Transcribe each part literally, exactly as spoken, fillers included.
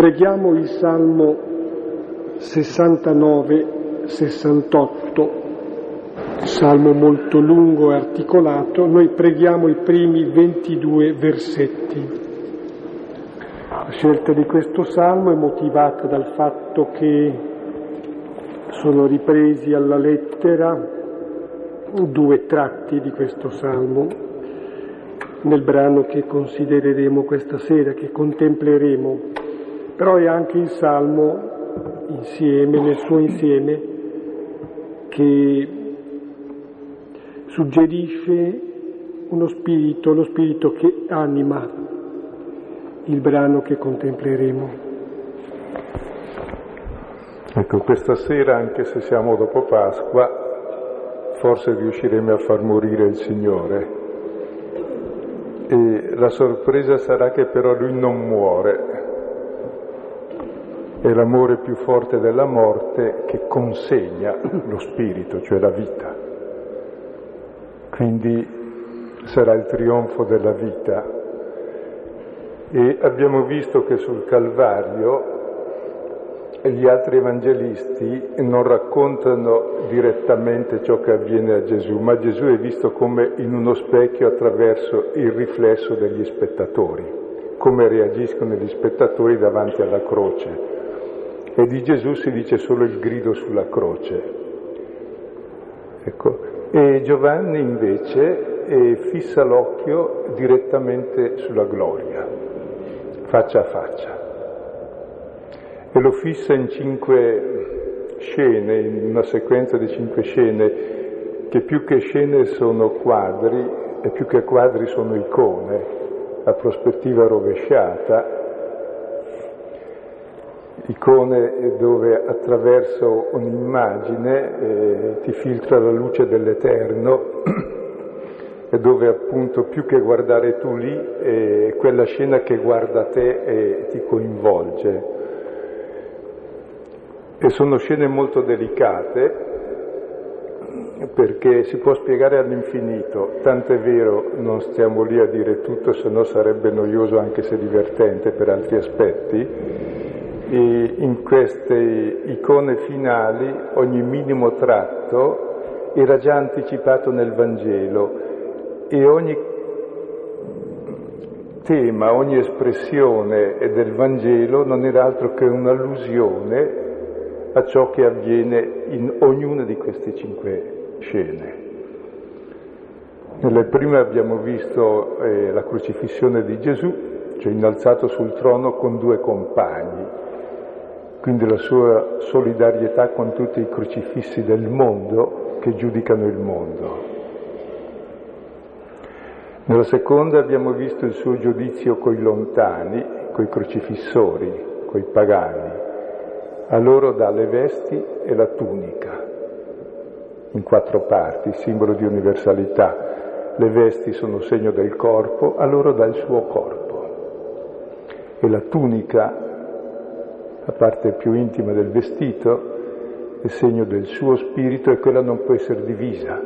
Preghiamo il Salmo sessantanove sessantotto, Salmo molto lungo e articolato. Noi preghiamo i primi ventidue versetti. La scelta di questo Salmo è motivata dal fatto che sono ripresi alla lettera due tratti di questo Salmo nel brano che considereremo questa sera, che contempleremo, però è anche il Salmo insieme, nel suo insieme, che suggerisce uno spirito, lo spirito che anima il brano che contempleremo. Ecco, questa sera, anche se siamo dopo Pasqua, forse riusciremo a far morire il Signore. E la sorpresa sarà che però Lui non muore. È l'amore più forte della morte che consegna lo spirito, cioè la vita. Quindi sarà il trionfo della vita. E abbiamo visto che sul Calvario gli altri evangelisti non raccontano direttamente ciò che avviene a Gesù, ma Gesù è visto come in uno specchio attraverso il riflesso degli spettatori, come reagiscono gli spettatori davanti alla croce. E di Gesù si dice solo il grido sulla croce. Ecco. E Giovanni invece eh, fissa l'occhio direttamente sulla gloria, faccia a faccia. E lo fissa in cinque scene, in una sequenza di cinque scene, che più che scene sono quadri, e più che quadri sono icone, a prospettiva rovesciata, icone dove attraverso un'immagine eh, ti filtra la luce dell'Eterno e dove appunto più che guardare tu lì è quella scena che guarda te e ti coinvolge. E sono scene molto delicate perché si può spiegare all'infinito, tant'è vero, non stiamo lì a dire tutto, se no sarebbe noioso anche se divertente per altri aspetti. E in queste icone finali ogni minimo tratto era già anticipato nel Vangelo e ogni tema, ogni espressione del Vangelo non era altro che un'allusione a ciò che avviene in ognuna di queste cinque scene. Nelle prime abbiamo visto eh, la crocifissione di Gesù, cioè innalzato sul trono con due compagni, quindi la sua solidarietà con tutti i crocifissi del mondo che giudicano il mondo. Nella seconda abbiamo visto il suo giudizio coi lontani, coi crocifissori, coi pagani. A loro dà le vesti e la tunica, in quattro parti, simbolo di universalità. Le vesti sono segno del corpo, a loro dà il suo corpo. E la tunica, la parte più intima del vestito, è segno del suo spirito e quella non può essere divisa.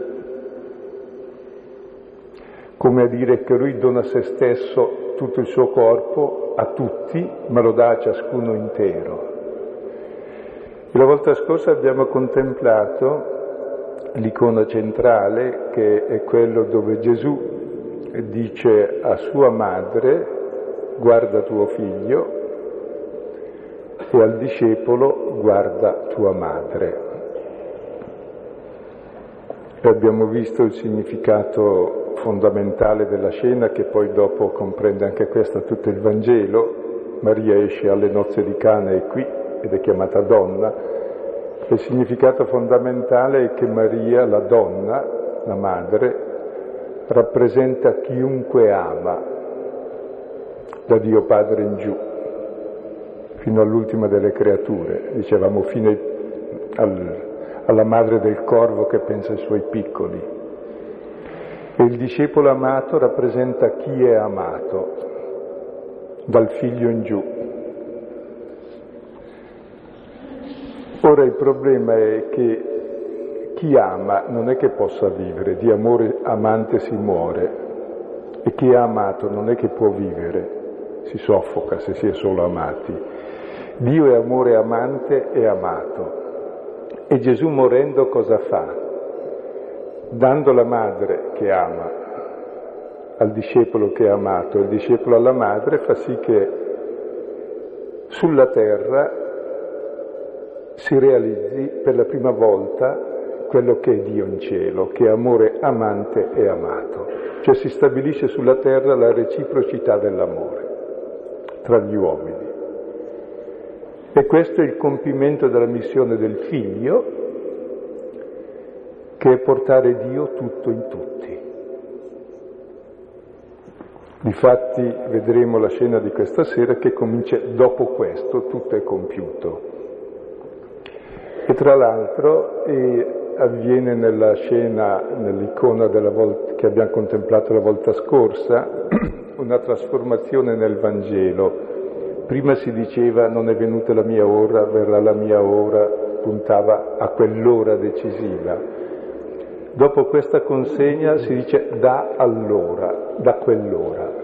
Come a dire che lui dona a se stesso tutto il suo corpo a tutti, ma lo dà a ciascuno intero. E la volta scorsa abbiamo contemplato l'icona centrale, che è quello dove Gesù dice a sua madre: guarda tuo figlio, e al discepolo: guarda tua madre. E abbiamo visto il significato fondamentale della scena, che poi dopo comprende anche questa tutto il Vangelo. Maria esce alle nozze di Cana, è qui, ed è chiamata donna. Il significato fondamentale è che Maria, la donna, la madre, rappresenta chiunque ama, da Dio Padre in giù, fino all'ultima delle creature, dicevamo, fino al, alla madre del corvo che pensa ai suoi piccoli. E il discepolo amato rappresenta chi è amato, dal figlio in giù. Ora il problema è che chi ama non è che possa vivere, di amore amante si muore, e chi è amato non è che può vivere, si soffoca se si è solo amati. Dio è amore amante e amato. E Gesù morendo cosa fa? Dando la madre che ama al discepolo che ha amato, il discepolo alla madre, fa sì che sulla terra si realizzi per la prima volta quello che è Dio in cielo, che è amore amante e amato. Cioè si stabilisce sulla terra la reciprocità dell'amore tra gli uomini. E questo è il compimento della missione del Figlio, che è portare Dio tutto in tutti. Difatti vedremo la scena di questa sera che comincia dopo questo, tutto è compiuto. E tra l'altro eh, avviene nella scena, nell'icona della volta, che abbiamo contemplato la volta scorsa, una trasformazione nel Vangelo. Prima si diceva non è venuta la mia ora, verrà la mia ora, puntava a quell'ora decisiva. Dopo questa consegna si dice da allora, da quell'ora.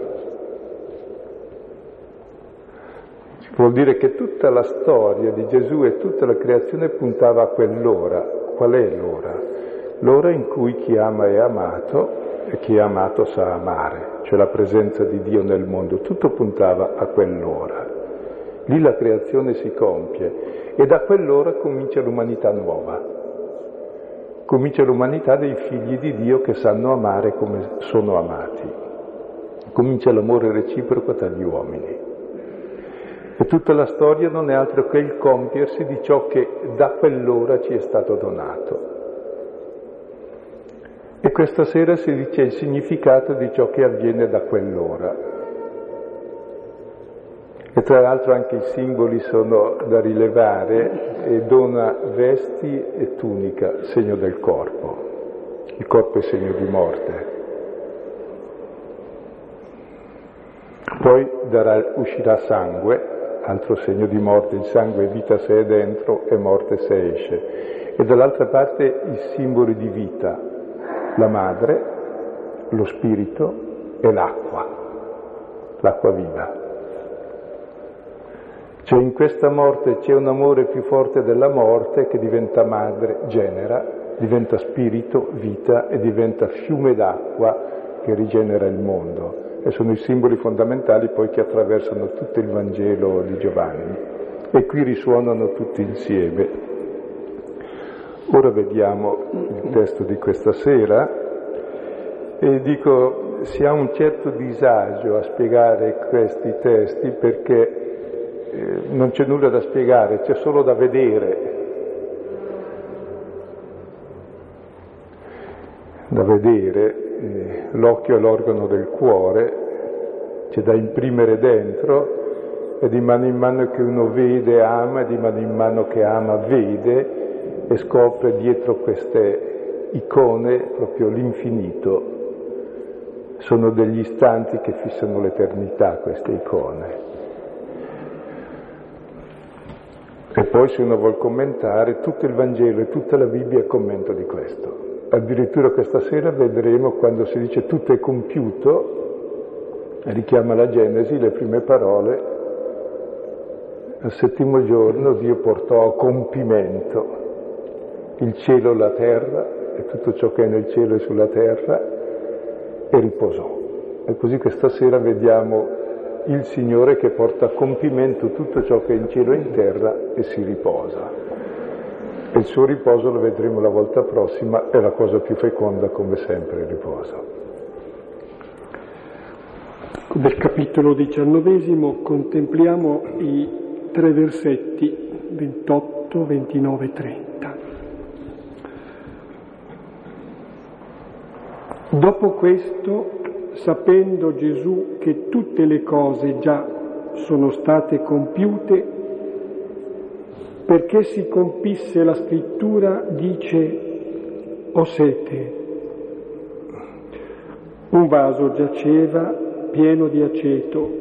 Vuol dire che tutta la storia di Gesù e tutta la creazione puntava a quell'ora. Qual è l'ora? L'ora in cui chi ama è amato e chi è amato sa amare, cioè la presenza di Dio nel mondo. Tutto puntava a quell'ora. Lì la creazione si compie e da quell'ora comincia l'umanità nuova. Comincia l'umanità dei figli di Dio che sanno amare come sono amati. Comincia l'amore reciproco tra gli uomini. E tutta la storia non è altro che il compiersi di ciò che da quell'ora ci è stato donato. E questa sera si dice il significato di ciò che avviene da quell'ora. E tra l'altro anche i simboli sono da rilevare, e dona vesti e tunica, segno del corpo. Il corpo è segno di morte. Poi darà, uscirà sangue, altro segno di morte, il sangue è vita se è dentro e morte se esce. E dall'altra parte i simboli di vita, la madre, lo spirito e l'acqua, l'acqua viva. Cioè in questa morte c'è un amore più forte della morte che diventa madre, genera, diventa spirito, vita e diventa fiume d'acqua che rigenera il mondo. E sono i simboli fondamentali poi che attraversano tutto il Vangelo di Giovanni e qui risuonano tutti insieme. Ora vediamo il testo di questa sera e dico, si ha un certo disagio a spiegare questi testi perché eh, non c'è nulla da spiegare, c'è solo da vedere. Da vedere, eh, l'occhio è l'organo del cuore, c'è da imprimere dentro e di mano in mano che uno vede ama e di mano in mano che ama vede e scopre dietro queste icone proprio l'infinito. Sono degli istanti che fissano l'eternità queste icone. E poi se uno vuol commentare tutto il Vangelo e tutta la Bibbia è commento di questo. Addirittura questa sera vedremo quando si dice tutto è compiuto, richiama la Genesi, le prime parole, al settimo giorno Dio portò a compimento il cielo e la terra e tutto ciò che è nel cielo e sulla terra e riposò. E così questa sera vediamo il Signore che porta a compimento tutto ciò che è in cielo e in terra e si riposa. E il suo riposo, lo vedremo la volta prossima, è la cosa più feconda come sempre il riposo. Del capitolo diciannovesimo contempliamo i tre versetti ventotto, ventinove e trenta. Dopo questo, sapendo Gesù che tutte le cose già sono state compiute, perché si compisse la scrittura, dice: ho sete. Un vaso giaceva pieno di aceto.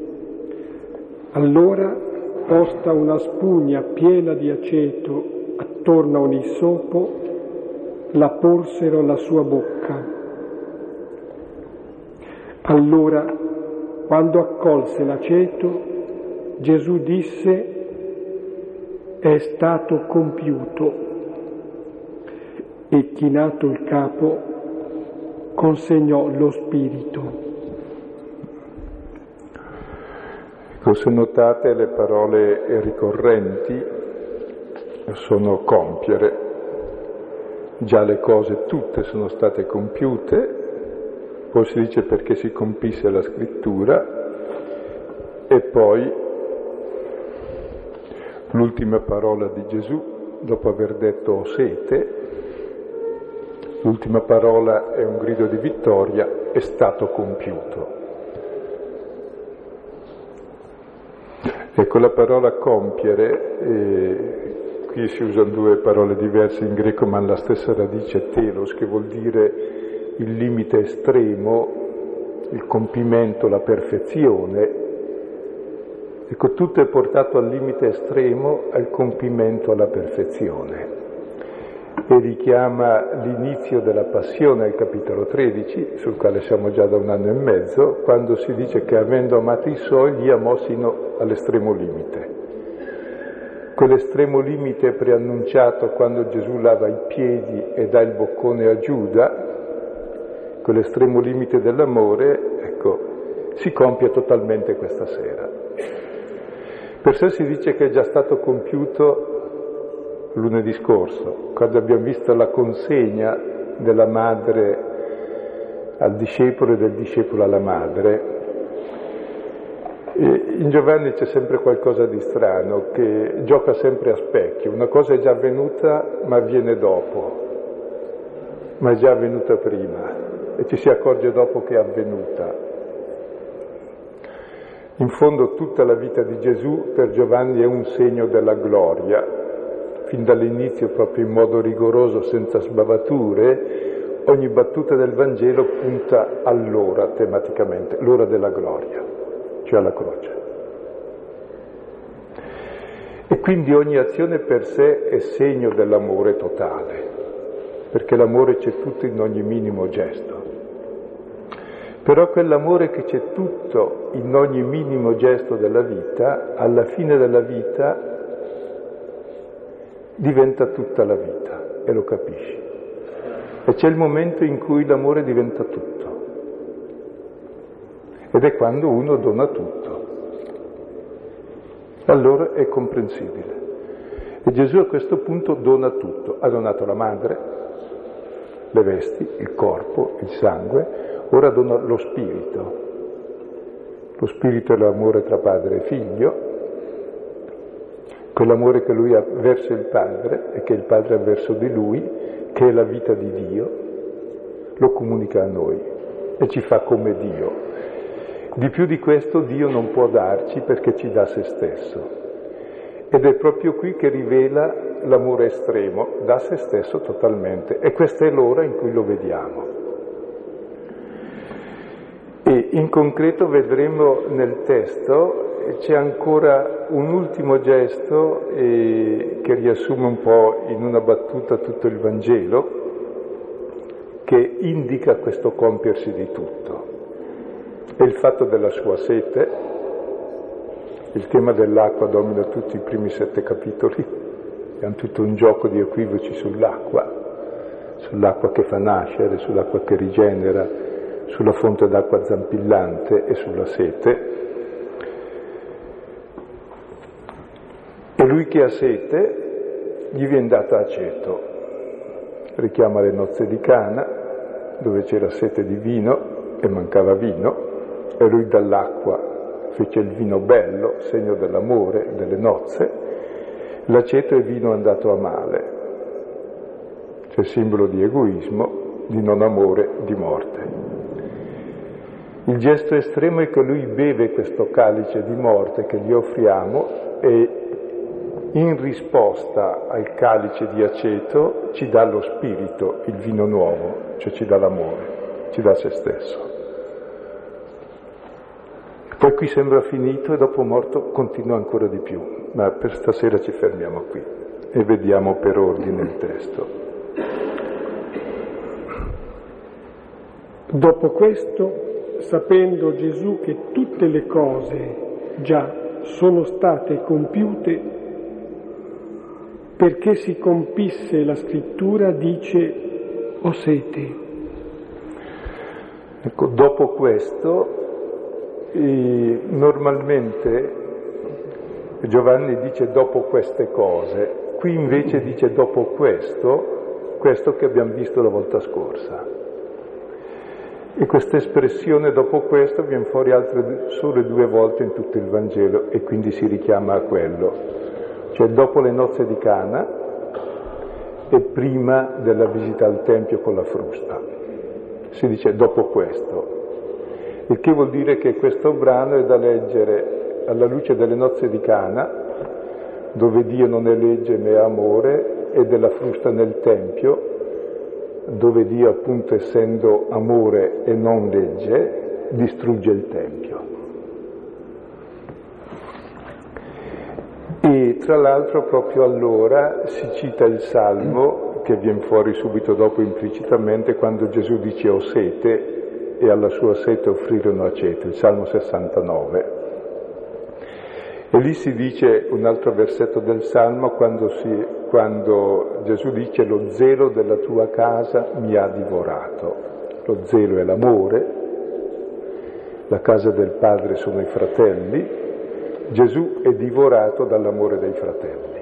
Allora, posta una spugna piena di aceto attorno a un issopo, la porsero alla sua bocca. Allora, quando accolse l'aceto, Gesù disse: è stato compiuto, e chinato il capo consegnò lo spirito. Ecco, se notate le parole ricorrenti sono compiere. Già le cose tutte sono state compiute, poi si dice perché si compisse la scrittura, e poi l'ultima parola di Gesù, dopo aver detto ho sete, l'ultima parola è un grido di vittoria, è stato compiuto. Ecco, la parola compiere, eh, qui si usano due parole diverse in greco, ma la stessa radice telos, che vuol dire il limite estremo, il compimento, la perfezione. Ecco, tutto è portato al limite estremo, al compimento, alla perfezione. E richiama l'inizio della passione al capitolo tredici, sul quale siamo già da un anno e mezzo, quando si dice che avendo amato i suoi li amò sino all'estremo limite. Quell'estremo limite preannunciato quando Gesù lava i piedi e dà il boccone a Giuda, quell'estremo limite dell'amore, ecco, si compie totalmente questa sera. Per sé si dice che è già stato compiuto lunedì scorso, quando abbiamo visto la consegna della madre al discepolo e del discepolo alla madre. E in Giovanni c'è sempre qualcosa di strano, che gioca sempre a specchio. Una cosa è già avvenuta, ma avviene dopo, ma è già avvenuta prima, e ci si accorge dopo che è avvenuta. In fondo tutta la vita di Gesù per Giovanni è un segno della gloria, fin dall'inizio proprio in modo rigoroso, senza sbavature, ogni battuta del Vangelo punta all'ora tematicamente, l'ora della gloria, cioè alla croce. E quindi ogni azione per sé è segno dell'amore totale, perché l'amore c'è tutto in ogni minimo gesto. Però quell'amore che c'è tutto in ogni minimo gesto della vita, alla fine della vita diventa tutta la vita, e lo capisci. E c'è il momento in cui l'amore diventa tutto, ed è quando uno dona tutto. Allora è comprensibile. E Gesù a questo punto dona tutto. Ha donato la madre, le vesti, il corpo, il sangue. Ora dona lo spirito. Lo spirito è l'amore tra padre e figlio, quell'amore che lui ha verso il padre e che il padre ha verso di lui, che è la vita di Dio, lo comunica a noi e ci fa come Dio. Di più di questo Dio non può darci perché ci dà se stesso. Ed è proprio qui che rivela l'amore estremo, dà se stesso totalmente. E questa è l'ora in cui lo vediamo. E in concreto vedremo nel testo, c'è ancora un ultimo gesto eh, che riassume un po' in una battuta tutto il Vangelo, che indica questo compiersi di tutto. È il fatto della sua sete. Il tema dell'acqua domina tutti i primi sette capitoli, è tutto un gioco di equivoci sull'acqua, sull'acqua che fa nascere, sull'acqua che rigenera, sulla fonte d'acqua zampillante e sulla sete. E lui che ha sete gli viene data aceto, richiama le nozze di Cana, dove c'era sete di vino e mancava vino, e lui dall'acqua fece il vino bello, segno dell'amore, delle nozze. L'aceto è vino andato a male, cioè simbolo di egoismo, di non amore, di morte. Il gesto estremo è che lui beve questo calice di morte che gli offriamo e in risposta al calice di aceto ci dà lo spirito, il vino nuovo, cioè ci dà l'amore, ci dà se stesso. Poi qui sembra finito e dopo morto continua ancora di più, ma per stasera ci fermiamo qui e vediamo per ordine il testo. Dopo questo, sapendo Gesù che tutte le cose già sono state compiute, perché si compisse la scrittura, dice: ho sete. Ecco, dopo questo, eh, normalmente Giovanni dice dopo queste cose, qui invece dice dopo questo, questo che abbiamo visto la volta scorsa. E questa espressione dopo questo viene fuori altre solo due volte in tutto il Vangelo e quindi si richiama a quello. Cioè dopo le nozze di Cana e prima della visita al Tempio con la frusta. Si dice dopo questo. Il che vuol dire che questo brano è da leggere alla luce delle nozze di Cana, dove Dio non è legge ma è amore, e della frusta nel Tempio, dove Dio, appunto, essendo amore e non legge, distrugge il Tempio. E tra l'altro proprio allora si cita il Salmo, che viene fuori subito dopo implicitamente, quando Gesù dice ho sete e alla sua sete offrirono aceto, il Salmo sessantanove. E lì si dice un altro versetto del Salmo quando, si, quando Gesù dice lo zelo della tua casa mi ha divorato. Lo zelo è l'amore, la casa del Padre sono i fratelli, Gesù è divorato dall'amore dei fratelli.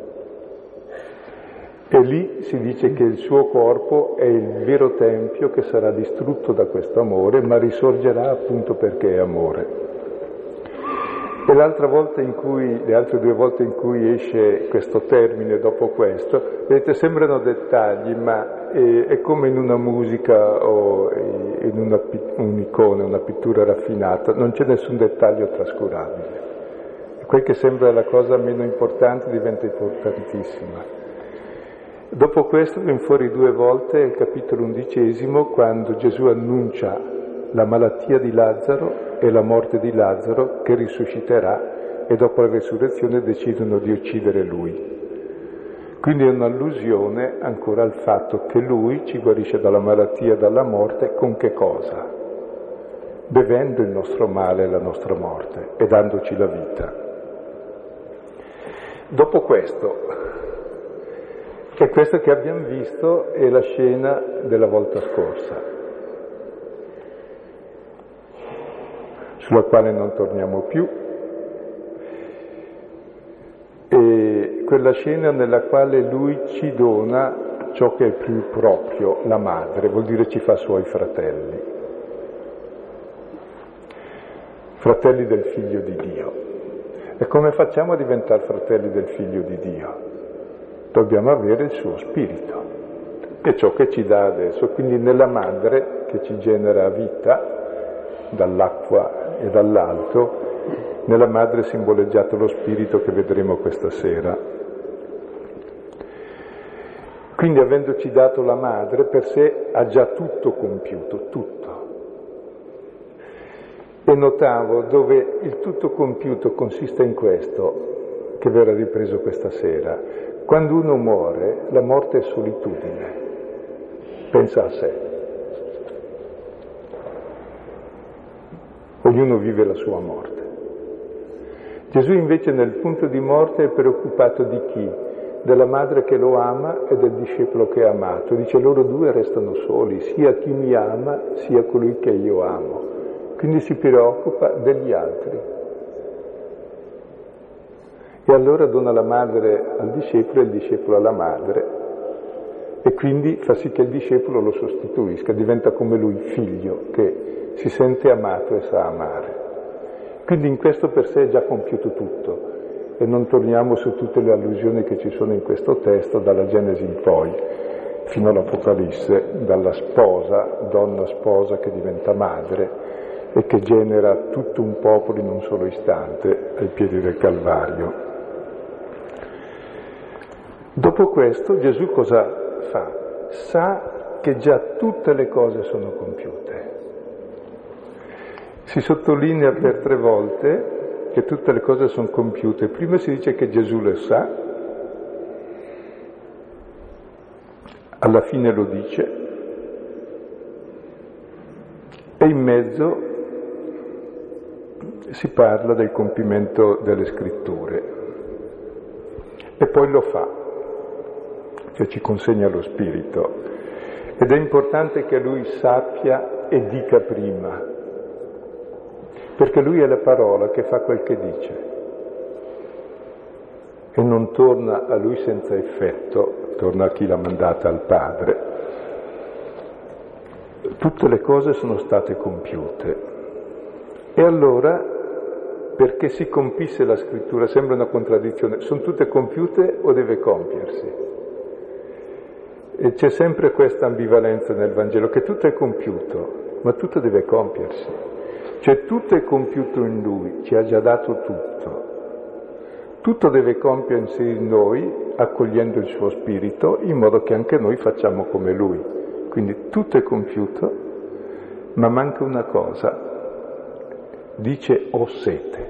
E lì si dice che il suo corpo è il vero Tempio che sarà distrutto da questo amore, ma risorgerà appunto perché è amore. E l'altra volta in cui, le altre due volte in cui esce questo termine dopo questo, vedete, sembrano dettagli, ma è, è come in una musica o in una, un'icona, una pittura raffinata, non c'è nessun dettaglio trascurabile. E quel che sembra la cosa meno importante diventa importantissima. Dopo questo viene fuori due volte il capitolo undicesimo, quando Gesù annuncia la malattia di Lazzaro e la morte di Lazzaro, che risusciterà, e dopo la resurrezione decidono di uccidere lui. Quindi è un'allusione ancora al fatto che lui ci guarisce dalla malattia e dalla morte con che cosa? Bevendo il nostro male e la nostra morte e dandoci la vita. Dopo questo, che questo che abbiamo visto è la scena della volta scorsa, sulla quale non torniamo più, e quella scena nella quale lui ci dona ciò che è più proprio, la madre, vuol dire ci fa suoi fratelli, fratelli del Figlio di Dio. E come facciamo a diventare fratelli del Figlio di Dio? Dobbiamo avere il suo spirito, è ciò che ci dà adesso, quindi nella madre che ci genera vita, dall'acqua e dall'alto, nella madre è simboleggiato lo spirito che vedremo questa sera. Quindi, avendoci dato la madre, per sé ha già tutto compiuto, tutto. E notavo dove il tutto compiuto consiste in questo, che verrà ripreso questa sera. Quando uno muore, la morte è solitudine, pensa a sé. Ognuno vive la sua morte. Gesù invece nel punto di morte è preoccupato di chi? Della madre che lo ama e del discepolo che ha amato. Dice loro due restano soli, sia chi mi ama sia colui che io amo. Quindi si preoccupa degli altri. E allora dona la madre al discepolo e il discepolo alla madre. E quindi fa sì che il discepolo lo sostituisca, diventa come lui, figlio, che si sente amato e sa amare. Quindi in questo per sé è già compiuto tutto, e non torniamo su tutte le allusioni che ci sono in questo testo, dalla Genesi in poi, fino all'Apocalisse, dalla sposa, donna sposa che diventa madre e che genera tutto un popolo in un solo istante ai piedi del Calvario. Dopo questo Gesù cosa fa? Sa che già tutte le cose sono compiute. Si sottolinea per tre volte che tutte le cose sono compiute. Prima si dice che Gesù le sa, alla fine lo dice, e in mezzo si parla del compimento delle scritture. E poi lo fa. che ci consegna lo Spirito. Ed è importante che Lui sappia e dica prima, perché Lui è la parola che fa quel che dice e non torna a Lui senza effetto, torna a chi l'ha mandata, al Padre. Tutte le cose sono state compiute. E allora, perché si compisse la Scrittura, sembra una contraddizione, sono tutte compiute o deve compiersi? E c'è sempre questa ambivalenza nel Vangelo, che tutto è compiuto, ma tutto deve compiersi. Cioè tutto è compiuto in Lui, ci ha già dato tutto. Tutto deve compiersi in noi, accogliendo il suo Spirito, in modo che anche noi facciamo come Lui. Quindi tutto è compiuto, ma manca una cosa. Dice ho sete.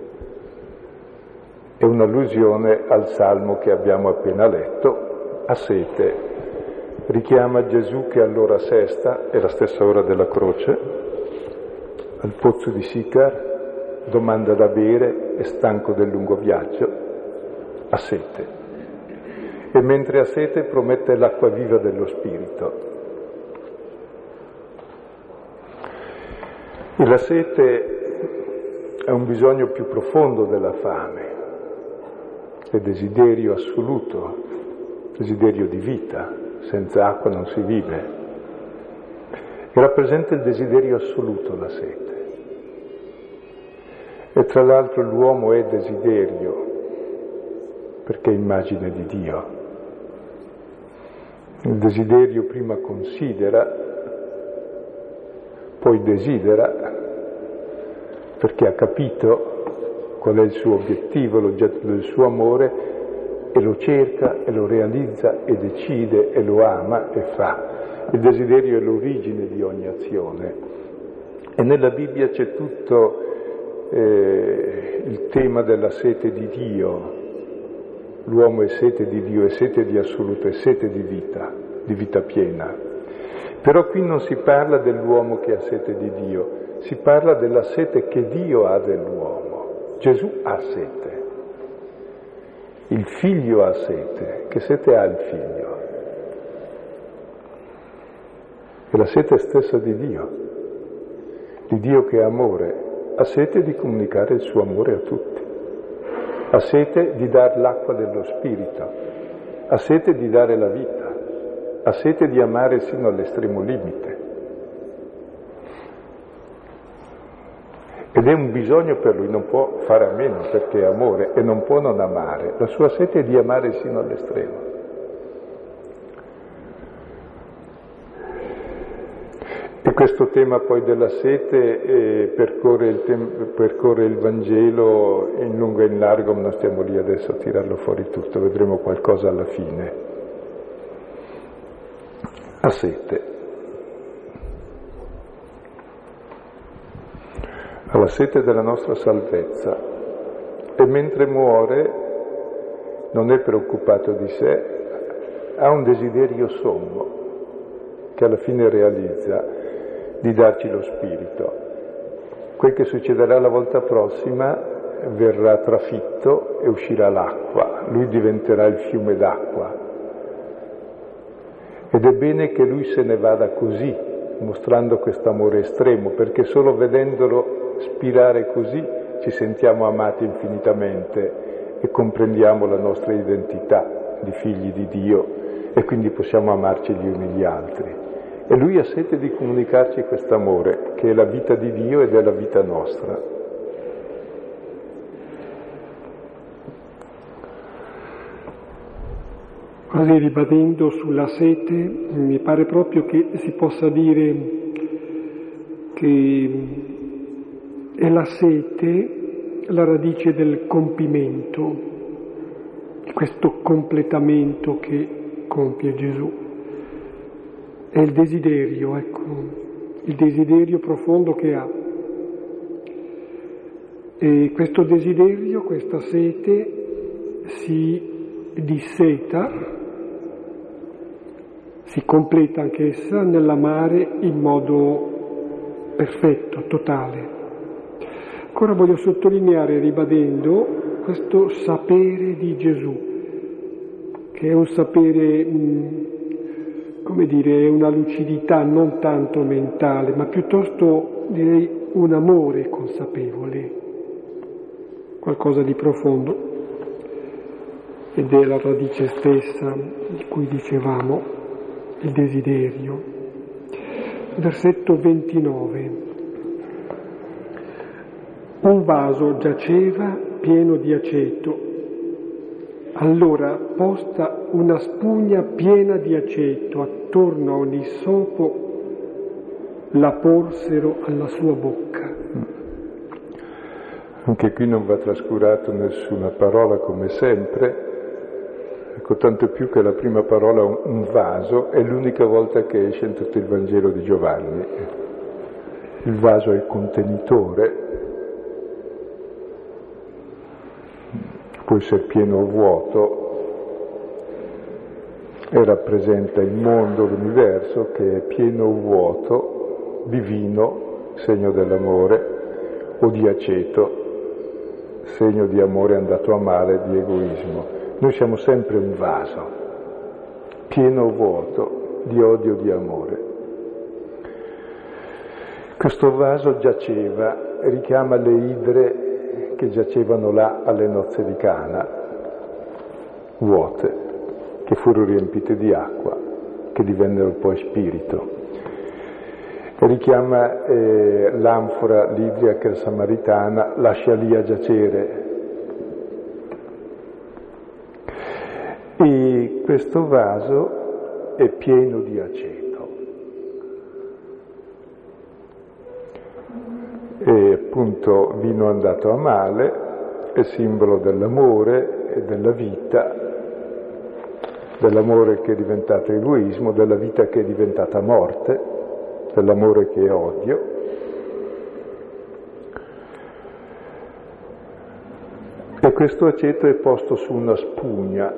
È un'allusione al Salmo che abbiamo appena letto, a sete. Richiama Gesù che all'ora sesta, è la stessa ora della croce, al pozzo di Sicar, domanda da bere, è stanco del lungo viaggio, ha sete. E mentre ha sete promette l'acqua viva dello Spirito. E la sete è un bisogno più profondo della fame, è desiderio assoluto, desiderio di vita, senza acqua non si vive. E rappresenta il desiderio assoluto la sete. E tra l'altro l'uomo è desiderio, perché è immagine di Dio. Il desiderio prima considera, poi desidera, perché ha capito qual è il suo obiettivo, l'oggetto del suo amore, e lo cerca, e lo realizza, e decide, e lo ama, e fa. Il desiderio è l'origine di ogni azione. E nella Bibbia c'è tutto Eh, il tema della sete di Dio. L'uomo è sete di Dio, è sete di assoluto, è sete di vita, di vita piena. Però qui non si parla dell'uomo che ha sete di Dio, si parla della sete che Dio ha dell'uomo. Gesù ha sete, il figlio ha sete. Che sete ha il figlio? È la sete stessa di Dio, di Dio che è amore. Ha sete di comunicare il suo amore a tutti, ha sete di dar l'acqua dello Spirito, ha sete di dare la vita, ha sete di amare sino all'estremo limite. Ed è un bisogno per lui, non può fare a meno perché è amore e non può non amare. La sua sete è di amare sino all'estremo. E questo tema poi della sete eh, percorre, il tem- percorre il Vangelo in lungo e in largo, ma non stiamo lì adesso a tirarlo fuori tutto, vedremo qualcosa alla fine. Ha sete. Ha la sete della nostra salvezza e mentre muore non è preoccupato di sé, ha un desiderio sommo che alla fine realizza, di darci lo Spirito. Quel che succederà la volta prossima, verrà trafitto e uscirà l'acqua, lui diventerà il fiume d'acqua. Ed è bene che lui se ne vada così, mostrando questo amore estremo, perché solo vedendolo spirare così ci sentiamo amati infinitamente e comprendiamo la nostra identità di figli di Dio e quindi possiamo amarci gli uni gli altri. E lui ha sete di comunicarci questo amore, che è la vita di Dio ed è la vita nostra. Così, ribadendo sulla sete, mi pare proprio che si possa dire che è la sete la radice del compimento, di questo completamento che compie Gesù. È il desiderio, ecco, il desiderio profondo che ha. E questo desiderio, questa sete, si disseta, si completa anch'essa nell'amare in modo perfetto, totale. Ancora voglio sottolineare, ribadendo, questo sapere di Gesù, che è un sapere, mh, come dire, è una lucidità non tanto mentale, ma piuttosto direi un amore consapevole, qualcosa di profondo, ed è la radice stessa di cui dicevamo, il desiderio. Versetto ventinove. Un vaso giaceva pieno di aceto. Allora, posta una spugna piena di aceto attorno a ogni issopo, la porsero alla sua bocca. Anche qui non va trascurato nessuna parola, come sempre. Ecco, tanto più che la prima parola, un vaso, è l'unica volta che esce in tutto il Vangelo di Giovanni. Il vaso è il contenitore, può essere pieno o vuoto, e rappresenta il mondo, l'universo, che è pieno o vuoto di vino, segno dell'amore, o di aceto, segno di amore andato a male, di egoismo. Noi siamo sempre un vaso, pieno o vuoto, di odio, di amore. Questo vaso giaceva, richiama le idre che giacevano là alle nozze di Cana, vuote, che furono riempite di acqua, che divennero poi spirito. E richiama eh, l'anfora l'idriaca samaritana, lascia lì a giacere. E questo vaso è pieno di aceto. E appunto vino andato a male è simbolo dell'amore e della vita, dell'amore che è diventato egoismo, della vita che è diventata morte, dell'amore che è odio. E questo aceto è posto su una spugna,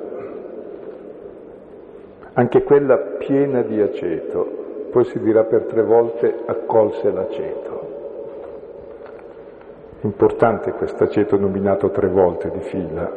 anche quella piena di aceto, poi si dirà per tre volte accolse l'aceto. Importante questo aceto nominato tre volte di fila.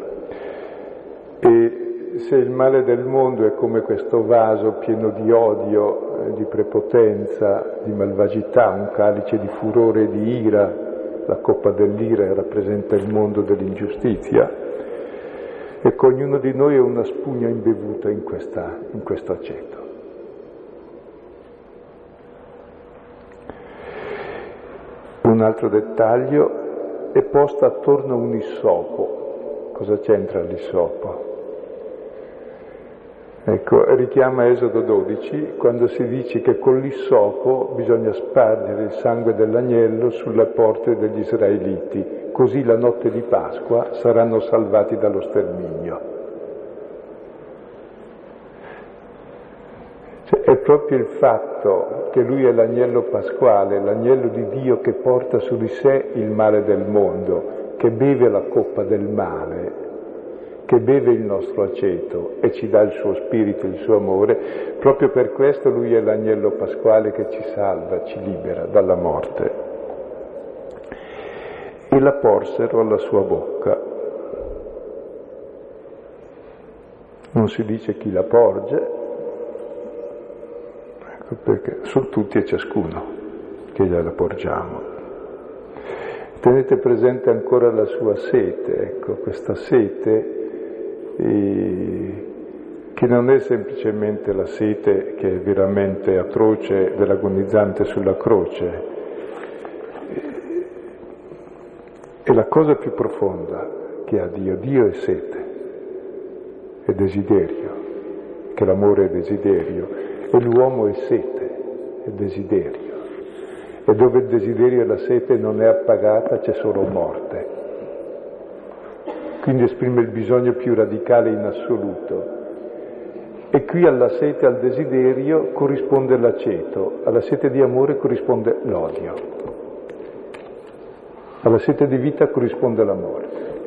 E se il male del mondo è come questo vaso pieno di odio, eh, di prepotenza, di malvagità, un calice di furore e di ira, la coppa dell'ira rappresenta il mondo dell'ingiustizia, ecco, ognuno di noi è una spugna imbevuta in, questa, in questo aceto. Un altro dettaglio: è posta attorno a un issopo. Cosa c'entra l'issopo? Ecco, richiama Esodo dodici, quando si dice che con l'issopo bisogna spargere il sangue dell'agnello sulle porte degli israeliti, così la notte di Pasqua saranno salvati dallo sterminio. Cioè, è proprio il fatto che lui è l'agnello pasquale, l'agnello di Dio che porta su di sé il male del mondo, che beve la coppa del male, che beve il nostro aceto e ci dà il suo spirito, il suo amore. Proprio per questo lui è l'agnello pasquale che ci salva, ci libera dalla morte. E la porsero alla sua bocca. Non si dice chi la porge, ecco perché sono tutti e ciascuno che gliela porgiamo. Tenete presente ancora la sua sete, ecco, questa sete E che non è semplicemente la sete che è veramente atroce dell'agonizzante sulla croce, è la cosa più profonda che ha Dio. Dio è sete, è desiderio, che l'amore è desiderio, e l'uomo è sete, è desiderio, e dove il desiderio e la sete non è appagata c'è solo morte. Quindi esprime il bisogno più radicale in assoluto. E qui alla sete, al desiderio, corrisponde l'aceto, alla sete di amore corrisponde l'odio, alla sete di vita corrisponde l'amore.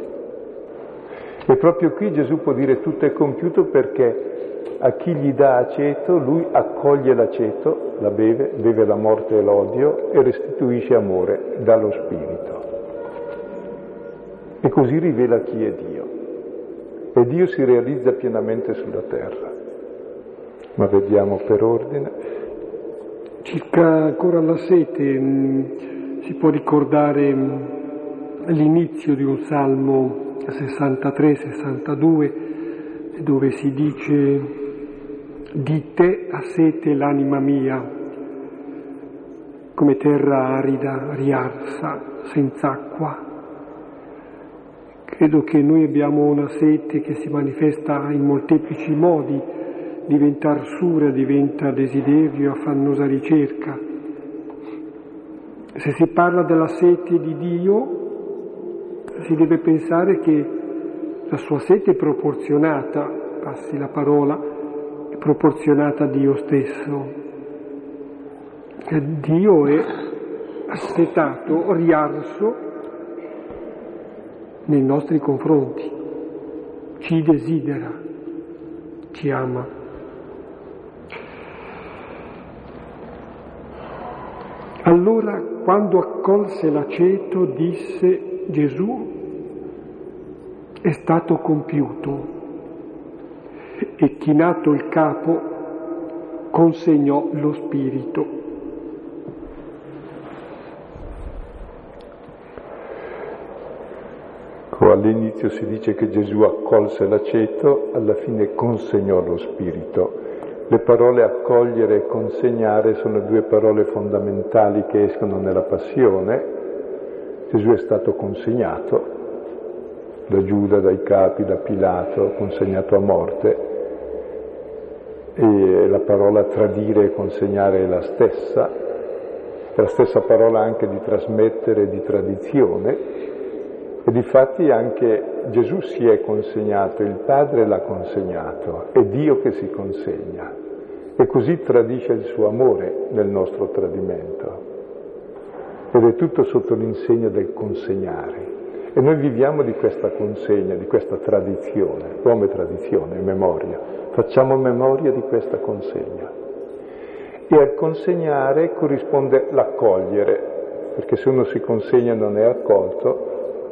E proprio qui Gesù può dire tutto è compiuto, perché a chi gli dà aceto, lui accoglie l'aceto, la beve, beve la morte e l'odio e restituisce amore, dà lo spirito. E così rivela chi è Dio. e Dio si realizza pienamente sulla terra. Ma vediamo per ordine. Circa ancora la sete, si può ricordare l'inizio di un Salmo sessantatré sessantadue, dove si dice: di te ha sete l'anima mia, come terra arida, riarsa, senza acqua. Credo che noi abbiamo una sete che si manifesta in molteplici modi, diventa arsura, diventa desiderio, affannosa ricerca. Se si parla della sete di Dio, si deve pensare che la sua sete è proporzionata, passi la parola, è proporzionata a Dio stesso. Dio è assetato, riarso nei nostri confronti, ci desidera, ci ama. Allora, quando accolse l'aceto, disse Gesù: è stato compiuto, e chinato il capo consegnò lo spirito. All'inizio si dice che Gesù accolse l'aceto, alla fine consegnò lo spirito. Le parole accogliere e consegnare sono due parole fondamentali che escono nella passione. Gesù è stato consegnato da Giuda, dai capi, da Pilato, consegnato a morte, e la parola tradire e consegnare è la stessa, è la stessa parola anche di trasmettere e di tradizione. E difatti anche Gesù si è consegnato, il Padre l'ha consegnato, è Dio che si consegna e così tradisce il suo amore nel nostro tradimento. Ed è tutto sotto l'insegna del consegnare. E noi viviamo di questa consegna, di questa tradizione, come tradizione, memoria. Facciamo memoria di questa consegna. E al consegnare corrisponde l'accogliere, perché se uno si consegna e non è accolto.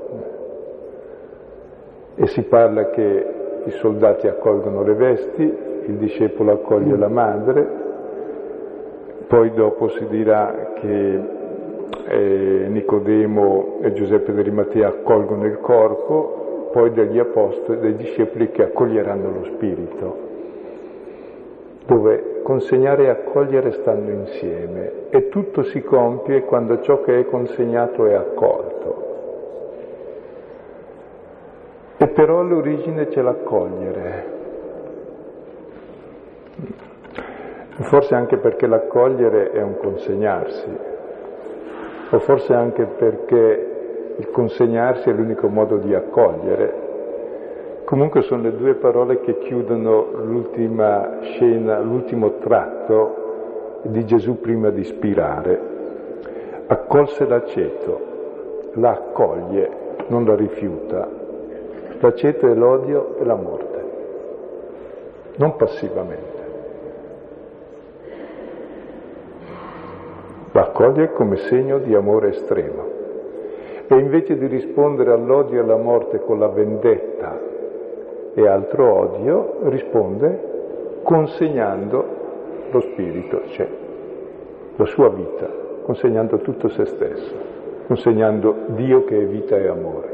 E si parla che i soldati accolgono le vesti, il discepolo accoglie la madre, poi dopo si dirà che eh, Nicodemo e Giuseppe d'Arimatea accolgono il corpo, poi degli apostoli, dei discepoli che accoglieranno lo spirito, dove consegnare e accogliere stanno insieme e tutto si compie quando ciò che è consegnato è accolto. E però all'origine c'è l'accogliere. Forse anche perché l'accogliere è un consegnarsi, o forse anche perché il consegnarsi è l'unico modo di accogliere. Comunque sono le due parole che chiudono l'ultima scena, l'ultimo tratto di Gesù prima di spirare. Accolse l'aceto, la accoglie, non la rifiuta. L'aceto è l'odio e la morte, non passivamente. L'accoglie come segno di amore estremo. E invece di rispondere all'odio e alla morte con la vendetta e altro odio, risponde consegnando lo spirito, cioè la sua vita, consegnando tutto se stesso, consegnando Dio che è vita e amore.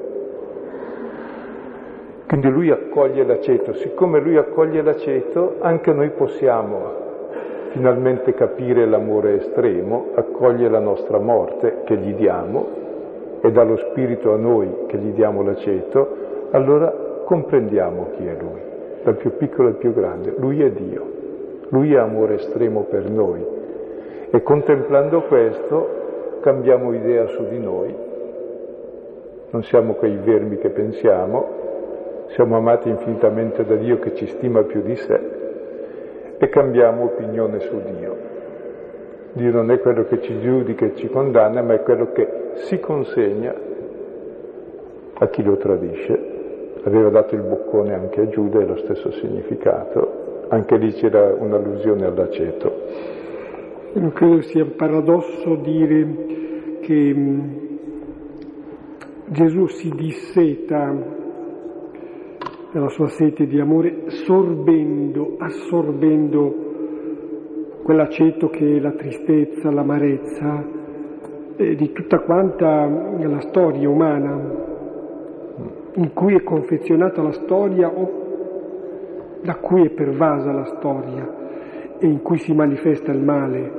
Quindi lui accoglie l'aceto, siccome lui accoglie l'aceto, anche noi possiamo finalmente capire l'amore estremo, accoglie la nostra morte che gli diamo e dà lo spirito a noi che gli diamo l'aceto, allora comprendiamo chi è lui, dal più piccolo al più grande. Lui è Dio, lui è amore estremo per noi e contemplando questo cambiamo idea su di noi, non siamo quei vermi che pensiamo, siamo amati infinitamente da Dio che ci stima più di sé e cambiamo opinione su Dio. Dio non è quello che ci giudica e ci condanna, ma è quello che si consegna a chi lo tradisce. Aveva dato il boccone anche a Giuda, è lo stesso significato. Anche lì c'era un'allusione all'aceto. Non credo sia un paradosso dire che Gesù si disseta nella sua sete di amore, sorbendo, assorbendo quell'aceto che è la tristezza, l'amarezza eh, di tutta quanta la storia umana, in cui è confezionata la storia o da cui è pervasa la storia e in cui si manifesta il male.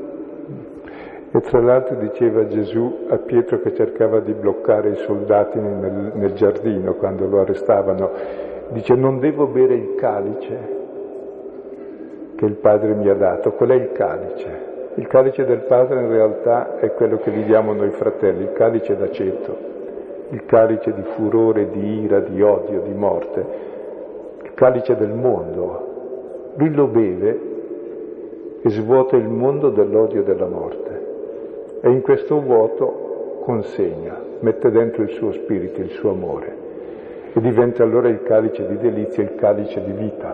E tra l'altro diceva Gesù a Pietro che cercava di bloccare i soldati nel, nel giardino quando lo arrestavano, dice: non devo bere il calice che il Padre mi ha dato. Qual è il calice? Il calice del Padre in realtà è quello che viviamo noi fratelli, il calice d'aceto, il calice di furore, di ira, di odio, di morte, il calice del mondo. Lui lo beve e svuota il mondo dell'odio e della morte. E in questo vuoto consegna, mette dentro il suo spirito, il suo amore, e diventa allora il calice di delizia, il calice di vita.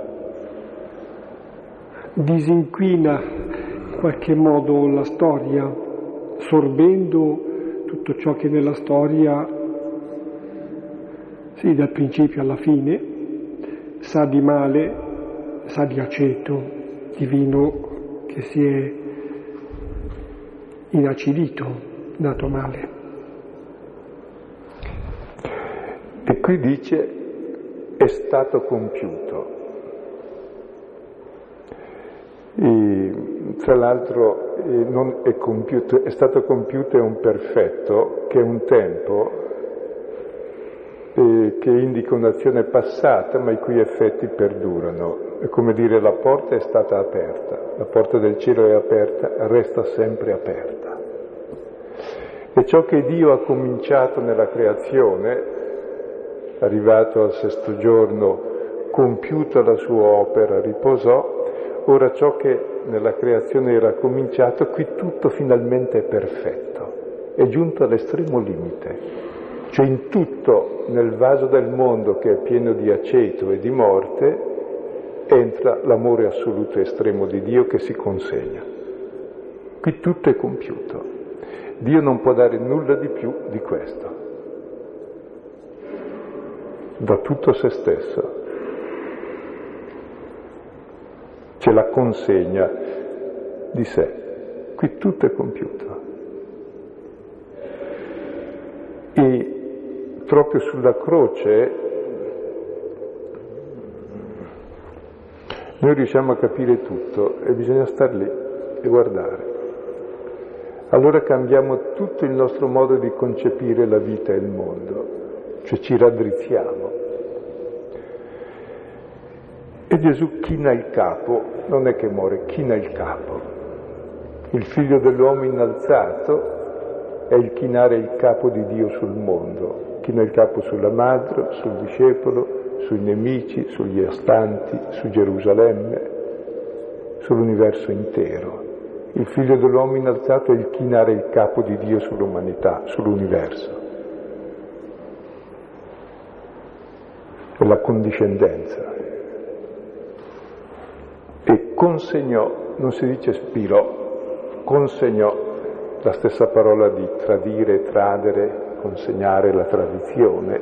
Disinquina in qualche modo la storia, sorbendo tutto ciò che nella storia, sì, dal principio alla fine, sa di male, sa di aceto, di vino che si è inacidito, dato male. E qui dice: è stato compiuto. E, tra l'altro eh, non è compiuto, è stato compiuto è un perfetto che è un tempo eh, che indica un'azione passata ma i cui effetti perdurano. È come dire: la porta è stata aperta, la porta del cielo è aperta, resta sempre aperta. E ciò che Dio ha cominciato nella creazione, arrivato al sesto giorno, compiuta la sua opera, riposò. Ora ciò che nella creazione era cominciato, qui tutto finalmente è perfetto, è giunto all'estremo limite. Cioè in tutto, nel vaso del mondo che è pieno di aceto e di morte, entra l'amore assoluto e estremo di Dio che si consegna. Qui tutto è compiuto. Dio non può dare nulla di più di questo. Da tutto se stesso. C'è la consegna di sé. Qui tutto è compiuto. E proprio sulla croce noi riusciamo a capire tutto e bisogna star lì e guardare. Allora cambiamo tutto il nostro modo di concepire la vita e il mondo, cioè ci raddrizziamo. E Gesù china il capo, non è che muore, china il capo. Il figlio dell'uomo innalzato è il chinare il capo di Dio sul mondo. China il capo sulla madre, sul discepolo, sui nemici, sugli astanti, su Gerusalemme, sull'universo intero. Il figlio dell'uomo innalzato è il chinare il capo di Dio sull'umanità, sull'universo. È la condiscendenza. E consegnò, non si dice spirò, consegnò, la stessa parola di tradire, tradere, consegnare la tradizione,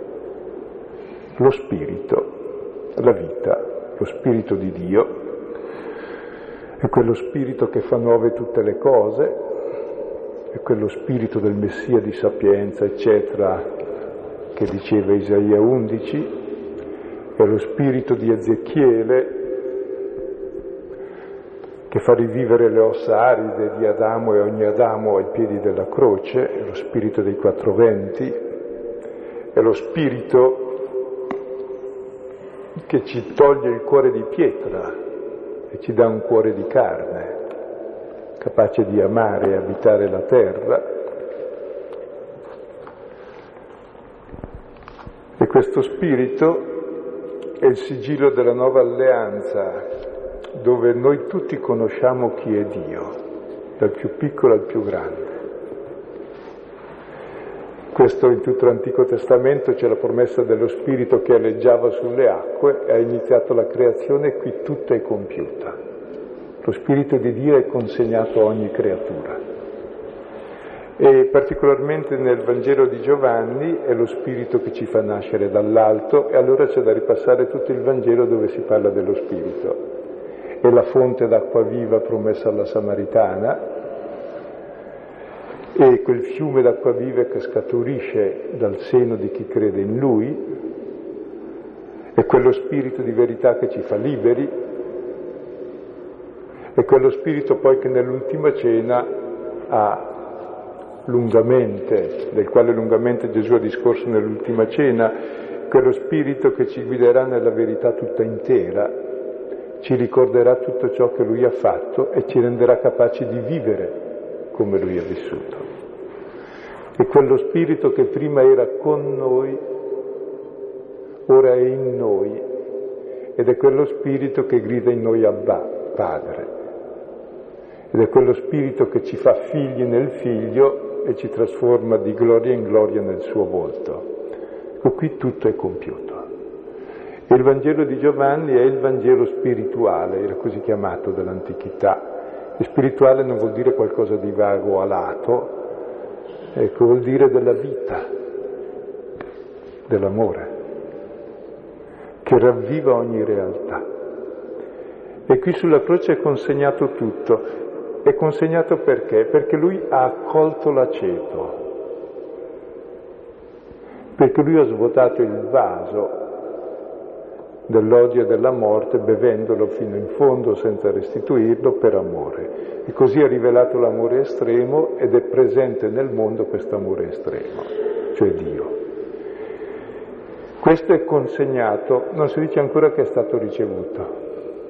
lo spirito, la vita, lo spirito di Dio, è quello spirito che fa nuove tutte le cose, è quello spirito del Messia di sapienza, eccetera, che diceva Isaia undici, è lo spirito di Ezechiele, che fa rivivere le ossa aride di Adamo e ogni Adamo ai piedi della croce, è lo spirito dei quattro venti, è lo spirito che ci toglie il cuore di pietra e ci dà un cuore di carne, capace di amare e abitare la terra. E questo spirito è il sigillo della nuova alleanza, dove noi tutti conosciamo chi è Dio, dal più piccolo al più grande. Questo in tutto l'Antico Testamento c'è la promessa dello Spirito che aleggiava sulle acque e ha iniziato la creazione e qui tutta è compiuta. Lo Spirito di Dio è consegnato a ogni creatura. E particolarmente nel Vangelo di Giovanni è lo Spirito che ci fa nascere dall'alto, e allora c'è da ripassare tutto il Vangelo dove si parla dello Spirito. È la fonte d'acqua viva promessa alla Samaritana, e quel fiume d'acqua viva che scaturisce dal seno di chi crede in Lui, è quello Spirito di verità che ci fa liberi, è quello Spirito poi che nell'ultima cena ha lungamente, del quale lungamente Gesù ha discorso nell'ultima cena, quello Spirito che ci guiderà nella verità tutta intera, ci ricorderà tutto ciò che Lui ha fatto e ci renderà capaci di vivere come Lui ha vissuto. E quello Spirito che prima era con noi, ora è in noi, ed è quello Spirito che grida in noi Abba, Padre. Ed è quello Spirito che ci fa figli nel Figlio e ci trasforma di gloria in gloria nel suo volto. Ecco, qui tutto è compiuto. E il Vangelo di Giovanni è il Vangelo spirituale, era così chiamato dall'antichità. E spirituale non vuol dire qualcosa di vago a lato, ecco, vuol dire della vita, dell'amore, che ravviva ogni realtà. E qui sulla croce è consegnato tutto. È consegnato perché? Perché Lui ha accolto l'aceto, perché Lui ha svuotato il vaso dell'odio e della morte bevendolo fino in fondo senza restituirlo per amore. E così ha rivelato l'amore estremo ed è presente nel mondo questo amore estremo, cioè Dio. Questo è consegnato, non si dice ancora che è stato ricevuto.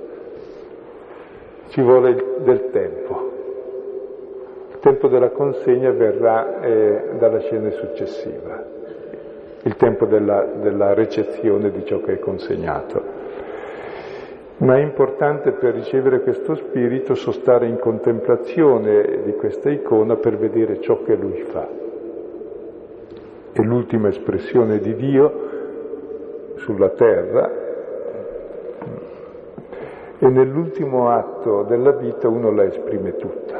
Ci vuole del tempo. Il tempo della consegna verrà eh, dalla scena successiva, il tempo della, della ricezione di ciò che è consegnato. Ma è importante per ricevere questo Spirito sostare in contemplazione di questa icona per vedere ciò che Lui fa. È l'ultima espressione di Dio sulla terra, e nell'ultimo atto della vita uno la esprime tutta.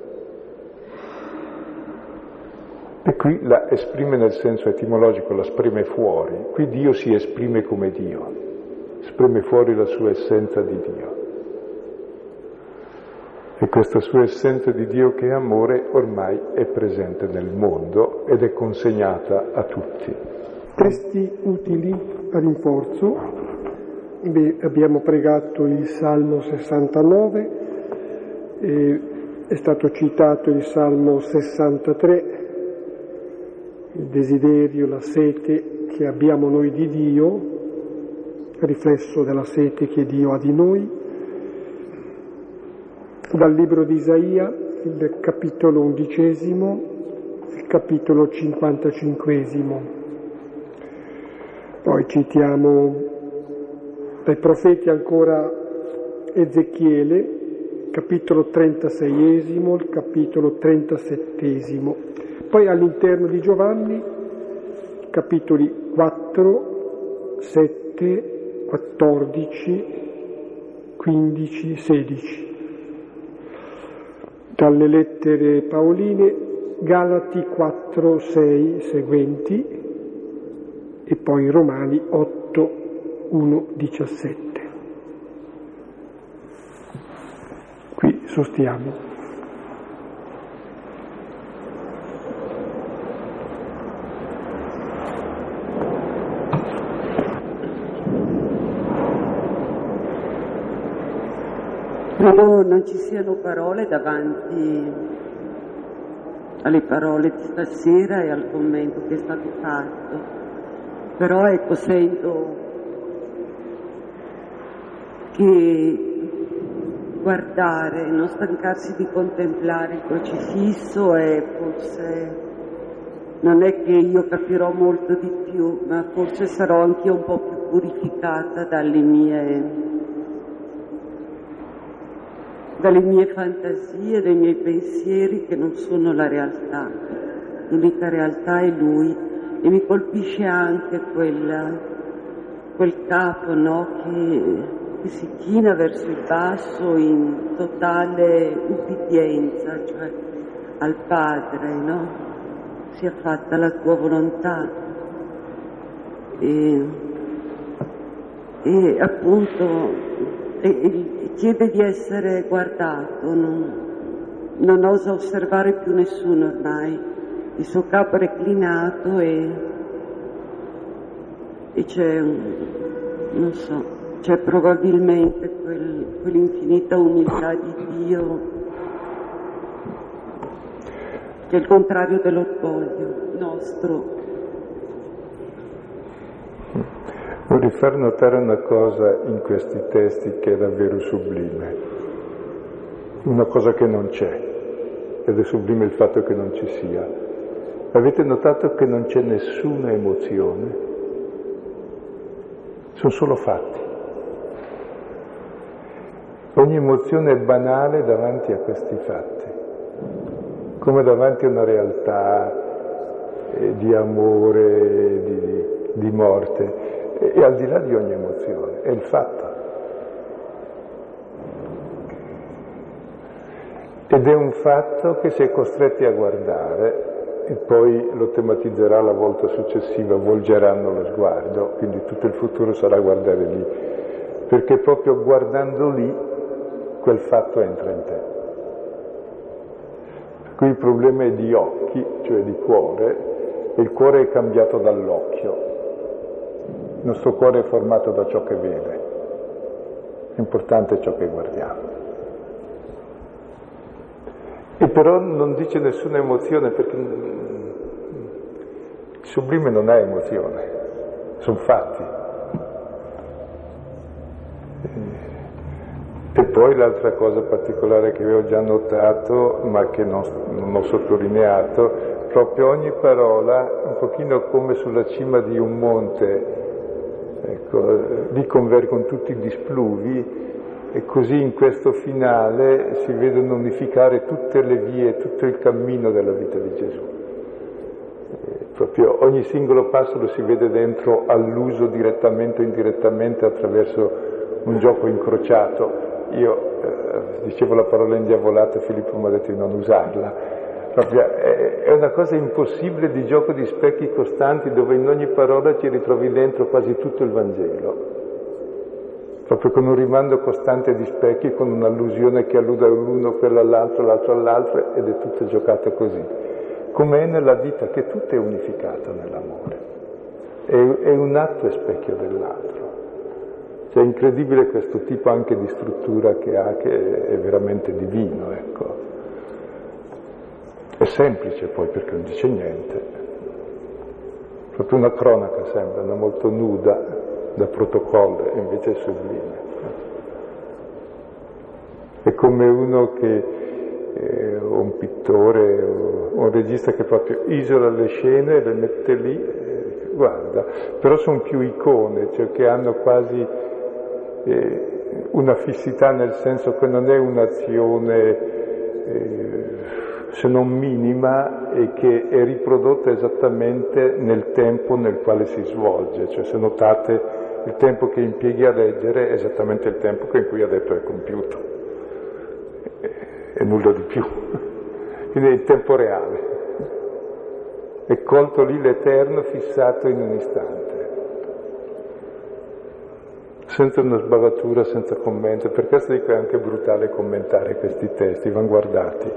E qui la esprime nel senso etimologico, la esprime fuori. Qui Dio si esprime come Dio, esprime fuori la sua essenza di Dio. E questa sua essenza di Dio che è amore ormai è presente nel mondo ed è consegnata a tutti. Testi utili a rinforzo. Beh, abbiamo pregato il Salmo sessantanove, eh, è stato citato il Salmo sessantatré, il desiderio, la sete che abbiamo noi di Dio, riflesso della sete che Dio ha di noi. Dal libro di Isaia, il capitolo undicesimo, il capitolo cinquantacinquesimo. Poi citiamo dai profeti ancora Ezechiele, capitolo trentaseiesimo, il capitolo trentasettesimo. Poi all'interno di Giovanni, capitoli quattro, sette, quattordici, quindici, sedici. Dalle lettere paoline, Galati quattro, sei seguenti, e poi Romani otto, uno, diciassette. Qui sostiamo. Credo non ci siano parole davanti alle parole di stasera e al commento che è stato fatto, però ecco, sento che guardare, non stancarsi di contemplare il crocifisso, e forse non è che io capirò molto di più, ma forse sarò anche un po' più purificata dalle mie, dalle mie fantasie, dai miei pensieri che non sono la realtà. L'unica realtà è Lui, e mi colpisce anche quel, quel capo, no, che che si china verso il basso in totale ubbidienza, cioè al Padre, no? Sia fatta la tua volontà. E, e appunto e, e chiede di essere guardato, non, non osa osservare più nessuno ormai, il suo capo è reclinato e, e c'è, non so, c'è probabilmente quel, quell'infinita umiltà di Dio che è il contrario dell'orgoglio nostro. Vorrei far notare una cosa in questi testi che è davvero sublime, una cosa che non c'è, ed è sublime il fatto che non ci sia. Avete notato che non c'è nessuna emozione? Sono solo fatti. Ogni emozione è banale davanti a questi fatti, come davanti a una realtà eh, di amore, di, di morte. E al di là di ogni emozione, è il fatto. Ed è un fatto che si è costretti a guardare e poi lo tematizzerà la volta successiva, volgeranno lo sguardo, quindi tutto il futuro sarà guardare lì, perché proprio guardando lì quel fatto entra in te. Qui il problema è di occhi, cioè di cuore, e il cuore è cambiato dall'occhio. Il nostro cuore è formato da ciò che vede, l'importante è ciò che guardiamo. E però non dice nessuna emozione, perché il sublime non ha emozione, sono fatti. E poi l'altra cosa particolare che avevo già notato, ma che non, non ho sottolineato, proprio ogni parola, un pochino come sulla cima di un monte, ecco, lì convergono tutti gli spluvi e così in questo finale si vedono unificare tutte le vie, tutto il cammino della vita di Gesù. E proprio ogni singolo passo lo si vede dentro all'uso direttamente o indirettamente attraverso un gioco incrociato. Io eh, dicevo la parola indiavolata, Filippo mi ha detto di non usarla. Proprio, è, è una cosa impossibile di gioco di specchi costanti dove in ogni parola ci ritrovi dentro quasi tutto il Vangelo, proprio con un rimando costante di specchi, con un'allusione che allude all'uno, quello all'altro, l'altro all'altro, ed è tutto giocato così. Come è nella vita, che tutto è unificato nell'amore, è, è un atto e specchio dell'altro. Cioè, è incredibile questo tipo anche di struttura che ha, che è veramente divino, ecco. È semplice poi perché non dice niente, proprio una cronaca sembra, una molto nuda da protocollo, e invece è sublime. È come uno che, eh, o un pittore, o un regista che proprio isola le scene e le mette lì, eh, guarda, però sono più icone, cioè che hanno quasi eh, una fissità, nel senso che non è un'azione eh, se non minima, e che è riprodotta esattamente nel tempo nel quale si svolge. Cioè, se notate, il tempo che impieghi a leggere è esattamente il tempo che in cui ha detto è compiuto, e nulla di più. Quindi è il tempo reale, è colto lì l'eterno fissato in un istante, senza una sbavatura, senza commento. Per questo dico è anche brutale commentare questi testi, vanno guardati.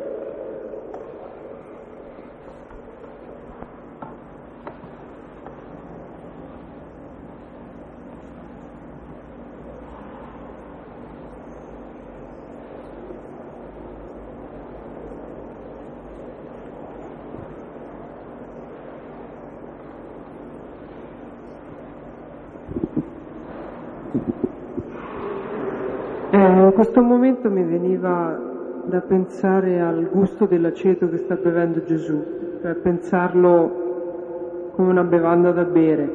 In questo momento mi veniva da pensare al gusto dell'aceto che sta bevendo Gesù, per pensarlo come una bevanda da bere.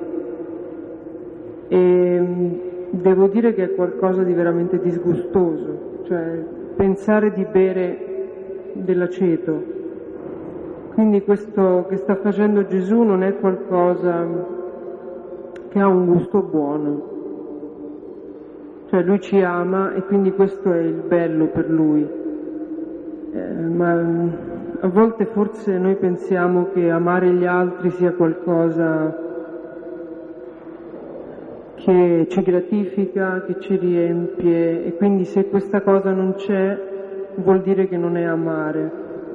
E devo dire che è qualcosa di veramente disgustoso, cioè pensare di bere dell'aceto. Quindi questo che sta facendo Gesù non è qualcosa che ha un gusto buono. Cioè lui ci ama e quindi questo è il bello per lui, eh, ma a volte forse noi pensiamo che amare gli altri sia qualcosa che ci gratifica, che ci riempie, e quindi se questa cosa non c'è vuol dire che non è amare.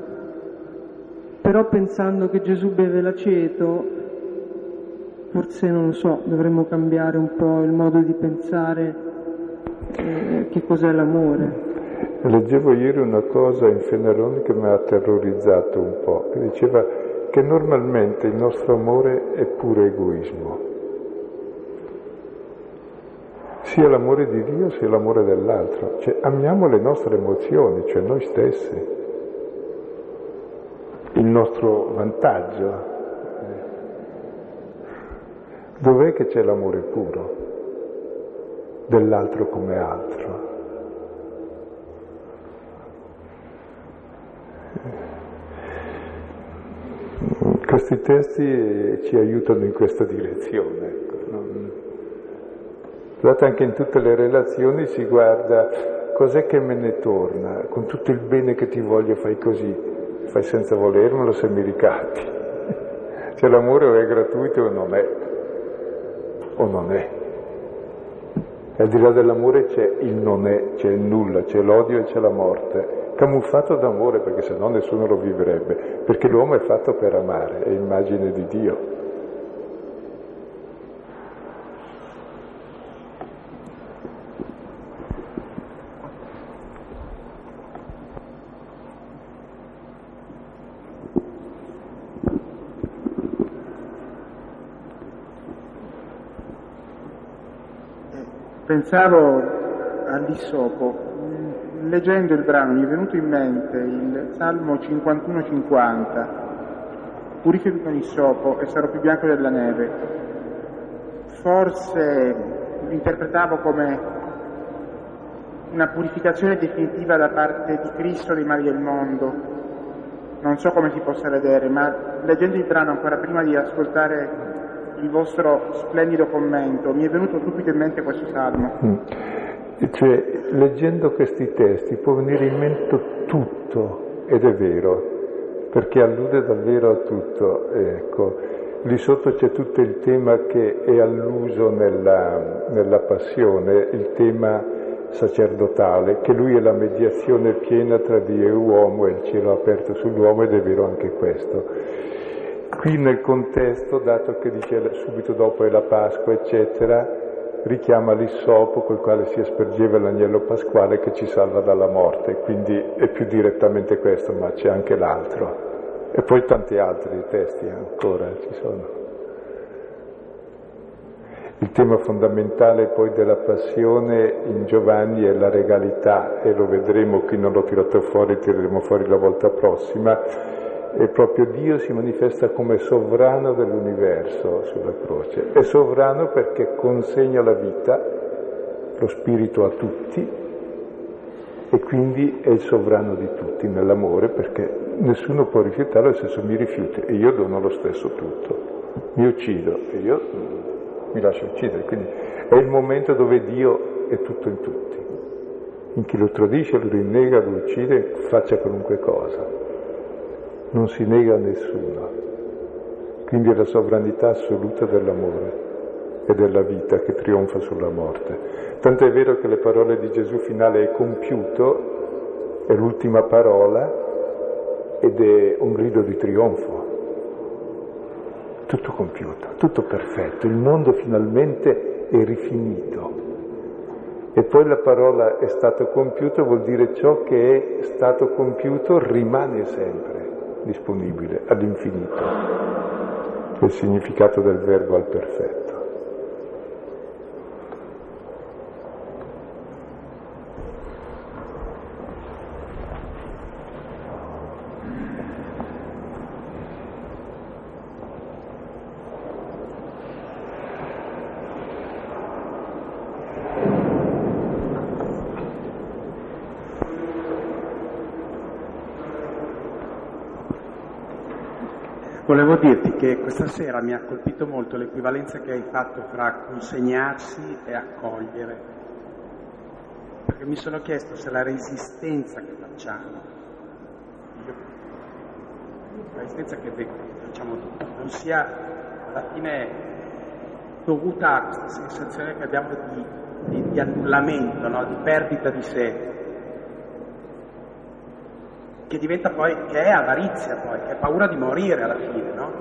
Però pensando che Gesù beve l'aceto, forse non lo so, dovremmo cambiare un po' il modo di pensare eh, che cos'è l'amore. Leggevo ieri una cosa in Fenelon che mi ha terrorizzato un po', che diceva che normalmente il nostro amore è puro egoismo. Sia l'amore di Dio sia l'amore dell'altro, cioè amiamo le nostre emozioni, cioè noi stessi, il nostro vantaggio. Dov'è che c'è l'amore puro dell'altro come altro? Questi testi ci aiutano in questa direzione. Guardate, anche in tutte le relazioni si guarda cos'è che me ne torna, con tutto il bene che ti voglio fai così, fai senza volermelo se mi ricatti. Cioè l'amore o è gratuito o non è, o non è. E al di là dell'amore c'è il non è, c'è il nulla, c'è l'odio e c'è la morte, camuffato d'amore, perché se no nessuno lo vivrebbe, perché l'uomo è fatto per amare, è immagine di Dio. Pensavo all'issopo, leggendo il brano mi è venuto in mente il Salmo cinquantuno cinquanta, purifico con issopo e sarò più bianco della neve. Forse l'interpretavo come una purificazione definitiva da parte di Cristo dei mali del mondo. Non so come si possa vedere, ma leggendo il brano ancora prima di ascoltare il vostro splendido commento, mi è venuto subito in mente questo salmo. Mm. Cioè, leggendo questi testi può venire in mente tutto, ed è vero, perché allude davvero a tutto. Ecco, lì sotto c'è tutto il tema che è alluso nella, nella passione, il tema sacerdotale, che lui è la mediazione piena tra Dio e uomo, e il cielo aperto sull'uomo, ed è vero anche questo. Qui nel contesto, dato che dice subito dopo è la Pasqua, eccetera, richiama l'issopo col quale si aspergeva l'agnello pasquale che ci salva dalla morte, quindi è più direttamente questo, ma c'è anche l'altro. E poi tanti altri testi ancora ci sono. Il tema fondamentale poi della passione in Giovanni è la regalità, e lo vedremo, qui non l'ho tirato fuori, tireremo fuori la volta prossima. E proprio Dio si manifesta come sovrano dell'universo sulla croce. È sovrano perché consegna la vita, lo spirito a tutti, e quindi è il sovrano di tutti nell'amore, perché nessuno può rifiutarlo, nel senso mi rifiuto e io dono lo stesso tutto. Mi uccido e io mi lascio uccidere. Quindi è il momento dove Dio è tutto in tutti. In chi lo tradisce, lo rinnega, lo uccide, faccia qualunque cosa. Non si nega a nessuno, quindi è la sovranità assoluta dell'amore e della vita che trionfa sulla morte. Tanto è vero che le parole di Gesù finale è compiuto, è l'ultima parola ed è un grido di trionfo. Tutto compiuto, tutto perfetto, il mondo finalmente è rifinito. E poi la parola è stato compiuto vuol dire ciò che è stato compiuto rimane sempre disponibile all'infinito, è il significato del verbo al perfetto. Volevo dirti che questa sera mi ha colpito molto l'equivalenza che hai fatto fra consegnarsi e accogliere, perché mi sono chiesto se la resistenza che facciamo, io una resistenza che diciamo, non sia alla fine dovuta a questa sensazione che abbiamo di, di, di annullamento, no? Di perdita di sé, che diventa poi, che è avarizia poi, che è paura di morire alla fine, no?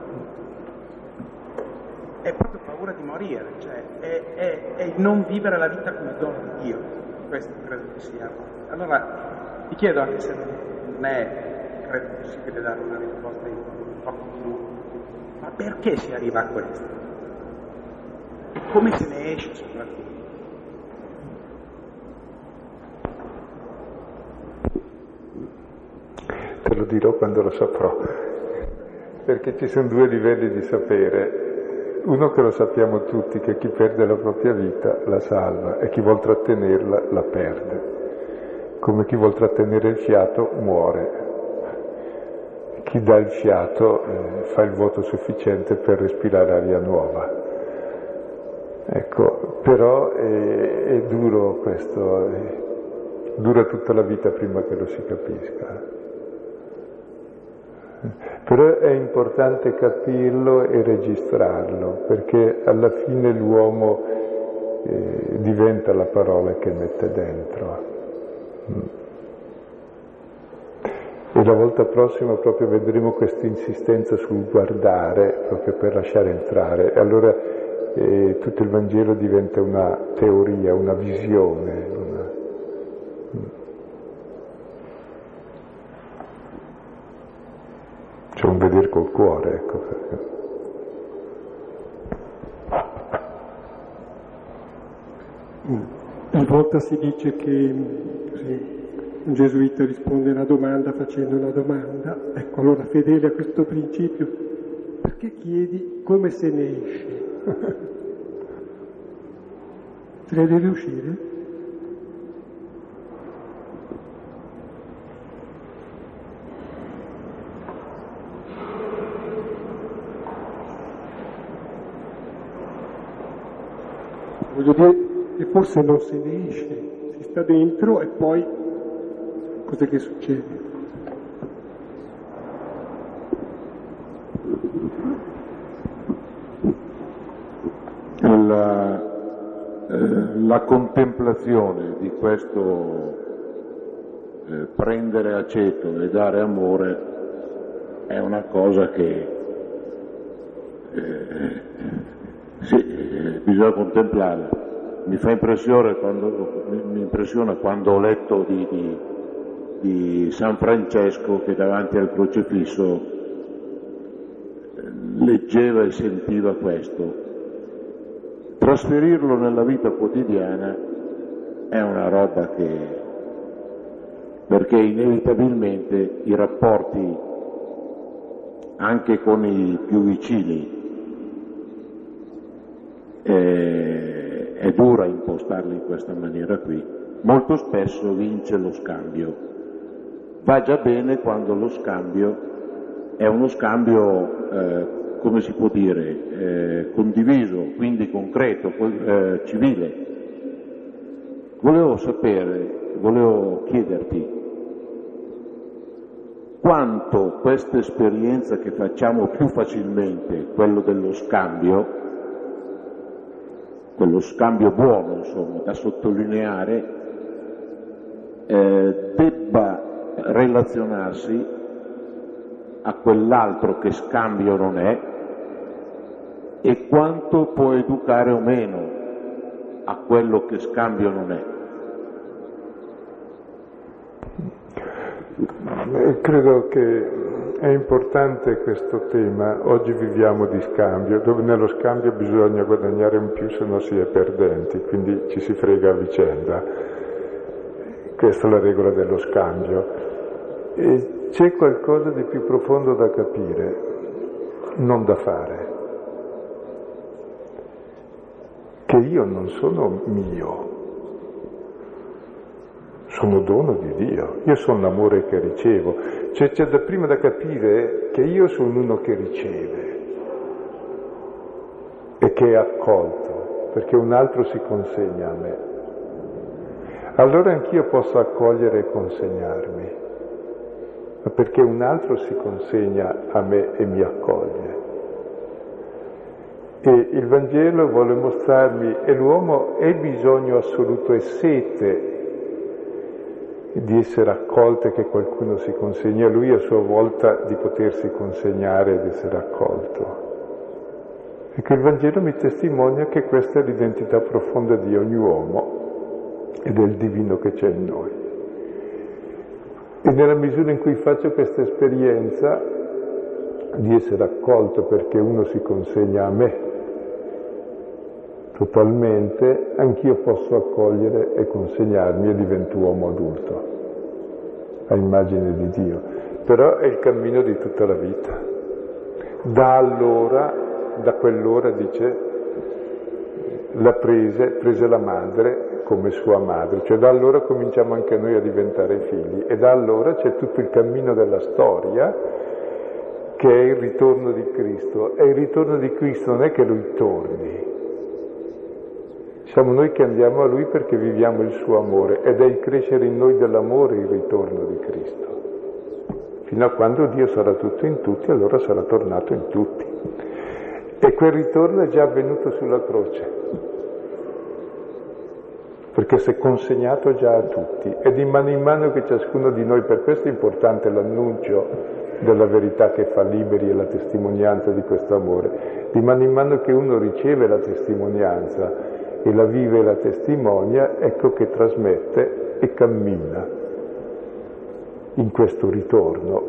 È proprio paura di morire, cioè è, è, è il non vivere la vita come dono di Dio, questo credo che sia. Allora ti chiedo, anche se non è, credo, possibile dare una risposta in pochi minuti, ma perché si arriva a questo? E come se ne esce soprattutto? Te lo dirò quando lo saprò, perché ci sono due livelli di sapere. Uno che lo sappiamo tutti, che chi perde la propria vita la salva e chi vuol trattenerla la perde. Come chi vuol trattenere il fiato muore. Chi dà il fiato eh, fa il vuoto sufficiente per respirare aria nuova. Ecco, però è, è duro questo, è, dura tutta la vita prima che lo si capisca. Però è importante capirlo e registrarlo, perché alla fine l'uomo eh, diventa la parola che mette dentro. E la volta prossima proprio vedremo questa insistenza sul guardare, proprio per lasciare entrare. E allora eh, tutto il Vangelo diventa una teoria, una visione. Una... C'è un vedere col cuore, ecco perché. A volte si dice che così, un gesuita risponde a una domanda facendo una domanda. Ecco, allora fedele a questo principio, perché chiedi come se ne esce? Se ne deve uscire? Voglio dire che forse non se ne esce, si sta dentro e poi cos'è che succede? La, eh, la contemplazione di questo eh, prendere aceto e dare amore è una cosa che eh, sì, eh, bisogna contemplare. Mi fa impressione quando, mi impressiona quando ho letto di, di, di San Francesco che davanti al crocifisso leggeva e sentiva questo. Trasferirlo nella vita quotidiana è una roba che, perché inevitabilmente i rapporti anche con i più vicini eh, è dura impostarli in questa maniera qui. Molto spesso vince lo scambio. Va già bene quando lo scambio è uno scambio eh, come si può dire, eh, condiviso, quindi concreto, eh, civile. Volevo sapere, volevo chiederti quanto questa esperienza che facciamo più facilmente, quello dello scambio, quello scambio buono, insomma, da sottolineare, eh, debba relazionarsi a quell'altro che scambio non è, e quanto può educare o meno a quello che scambio non è. Credo che è importante questo tema. Oggi viviamo di scambio, dove nello scambio bisogna guadagnare un più, se no si è perdenti, quindi ci si frega a vicenda. Questa è la regola dello scambio. E c'è qualcosa di più profondo da capire, non da fare. Che io non sono mio, sono dono di Dio, io sono l'amore che ricevo, cioè c'è da prima da capire che io sono uno che riceve e che è accolto, perché un altro si consegna a me. Allora anch'io posso accogliere e consegnarmi. ma perché un altro si consegna a me e mi accoglie. E il Vangelo vuole mostrarmi, e l'uomo è bisogno assoluto e sete di essere accolto e che qualcuno si consegni a lui, a sua volta di potersi consegnare ed essere accolto. E che il Vangelo mi testimonia che questa è l'identità profonda di ogni uomo e del divino che c'è in noi. E nella misura in cui faccio questa esperienza di essere accolto perché uno si consegna a me totalmente, anch'io posso accogliere e consegnarmi e divento uomo adulto, a immagine di Dio. Però è il cammino di tutta la vita. Da allora, da quell'ora, dice, la prese, prese la madre come sua madre, cioè da allora cominciamo anche noi a diventare figli e da allora c'è tutto il cammino della storia che è il ritorno di Cristo. E il ritorno di Cristo non è che Lui torni, siamo noi che andiamo a Lui perché viviamo il suo amore, ed è il crescere in noi dell'amore il ritorno di Cristo. Fino a quando Dio sarà tutto in tutti, allora sarà tornato in tutti. E quel ritorno è già avvenuto sulla croce, perché si è consegnato già a tutti, e di mano in mano che ciascuno di noi, per questo è importante l'annuncio della verità che fa liberi e la testimonianza di questo amore, di mano in mano che uno riceve la testimonianza e la vive e la testimonia, ecco che trasmette e cammina in questo ritorno.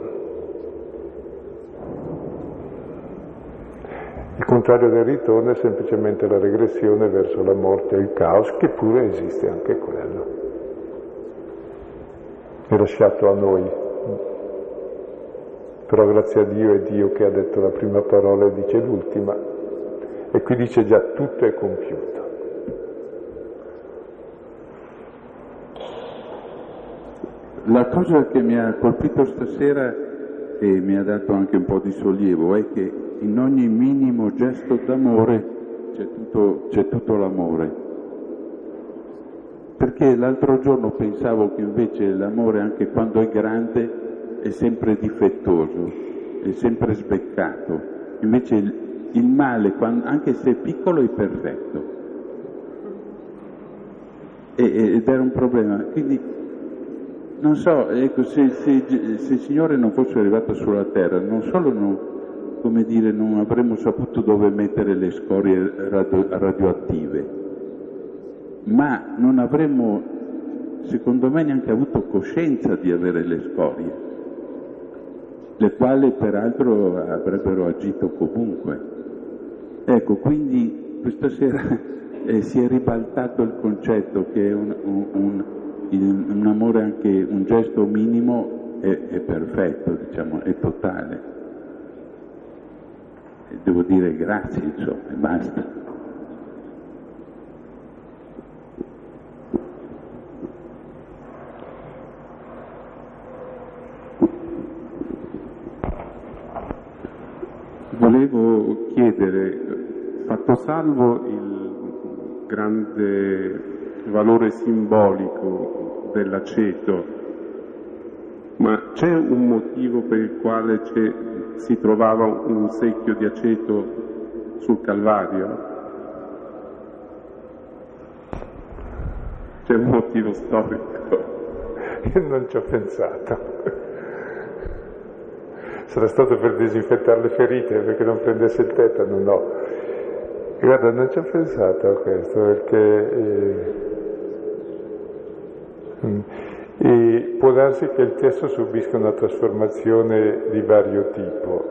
Il contrario del ritorno è semplicemente la regressione verso la morte e il caos, che pure esiste anche quello. È lasciato a noi. Però grazie a Dio è Dio che ha detto la prima parola e dice l'ultima. E qui dice già tutto è compiuto. La cosa che mi ha colpito stasera e mi ha dato anche un po' di sollievo è che in ogni minimo gesto d'amore c'è tutto, c'è tutto l'amore. Perché l'altro giorno pensavo che invece l'amore, anche quando è grande, è sempre difettoso, è sempre sbeccato. Invece il, il male, quando, anche se è piccolo, è perfetto. E, ed era un problema. Quindi non so, ecco, se, se, se il Signore non fosse arrivato sulla terra, non solo non, come dire, non avremmo saputo dove mettere le scorie radio, radioattive, ma non avremmo, secondo me, neanche avuto coscienza di avere le scorie, le quali peraltro avrebbero agito comunque. Ecco, quindi questa sera eh, si è ribaltato il concetto che è un, un, un un amore, anche un gesto minimo è, è perfetto, diciamo, è totale. E devo dire grazie, insomma, e basta. Volevo chiedere, fatto salvo il grande valore simbolico dell'aceto, ma c'è un motivo per il quale c'è, si trovava un secchio di aceto sul Calvario? C'è un motivo storico? Io non ci ho pensato. Sarà stato per disinfettare le ferite, perché non prendesse il tetano, no. Guarda, non ci ho pensato a questo, perché eh, e può darsi che il testo subisca una trasformazione di vario tipo,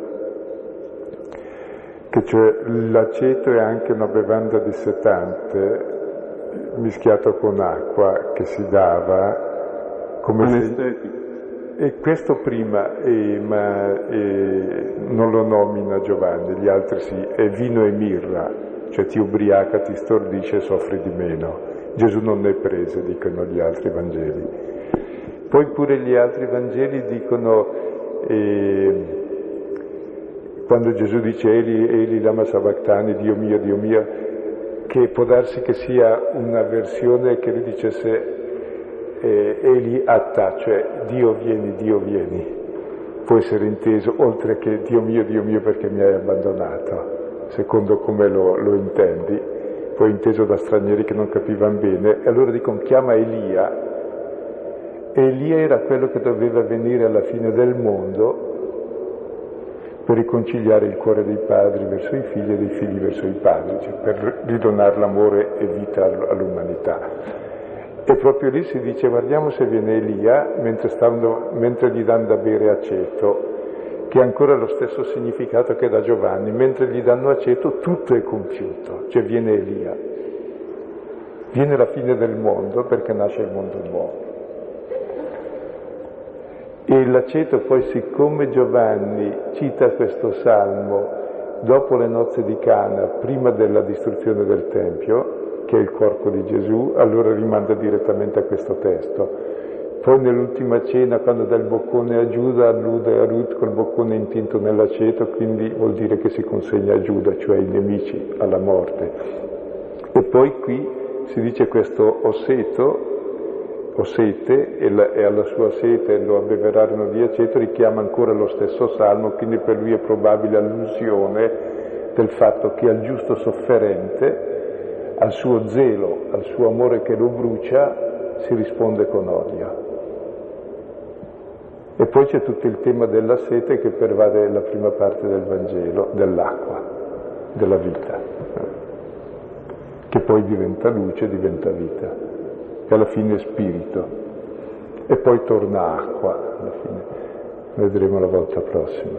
che cioè l'aceto è anche una bevanda dissetante mischiato con acqua che si dava come anestetico. E questo prima, eh, ma eh, non lo nomina Giovanni, gli altri sì, è vino e mirra, cioè ti ubriaca, ti stordisce e soffri di meno. Gesù non ne prese, dicono gli altri Vangeli. Poi pure gli altri Vangeli dicono, eh, quando Gesù dice Eli, Eli lama sabachthani, Dio mio, Dio mio, che può darsi che sia una versione che lui dicesse eh, Eli Atta, cioè Dio vieni, Dio vieni, può essere inteso oltre che Dio mio, Dio mio perché mi hai abbandonato, secondo come lo, lo intendi, poi inteso da stranieri che non capivano bene, e allora dicono chiama Elia. Elia era quello che doveva venire alla fine del mondo per riconciliare il cuore dei padri verso i figli e dei figli verso i padri, cioè per ridonare l'amore e vita all'umanità. E proprio lì si dice, guardiamo se viene Elia, mentre, stanno, mentre gli danno da bere aceto, che ha ancora lo stesso significato che da Giovanni, mentre gli danno aceto tutto è compiuto, cioè viene Elia. Viene la fine del mondo perché nasce il mondo nuovo. E l'aceto poi, siccome Giovanni cita questo salmo dopo le nozze di Cana, prima della distruzione del Tempio, che è il corpo di Gesù, allora rimanda direttamente a questo testo. Poi nell'ultima cena, quando dà il boccone a Giuda, allude a Ruth col boccone intinto nell'aceto, quindi vuol dire che si consegna a Giuda, cioè ai nemici, alla morte. E poi qui si dice questo osseto, o sete, e, la, e alla sua sete lo abbeverarono di aceto, richiama ancora lo stesso salmo, quindi per lui è probabile allusione del fatto che al giusto sofferente, al suo zelo, al suo amore che lo brucia, si risponde con odio. E poi c'è tutto il tema della sete che pervade la prima parte del Vangelo, dell'acqua, della vita, che poi diventa luce, diventa vita. Che alla fine è spirito e poi torna acqua, alla fine vedremo la volta prossima.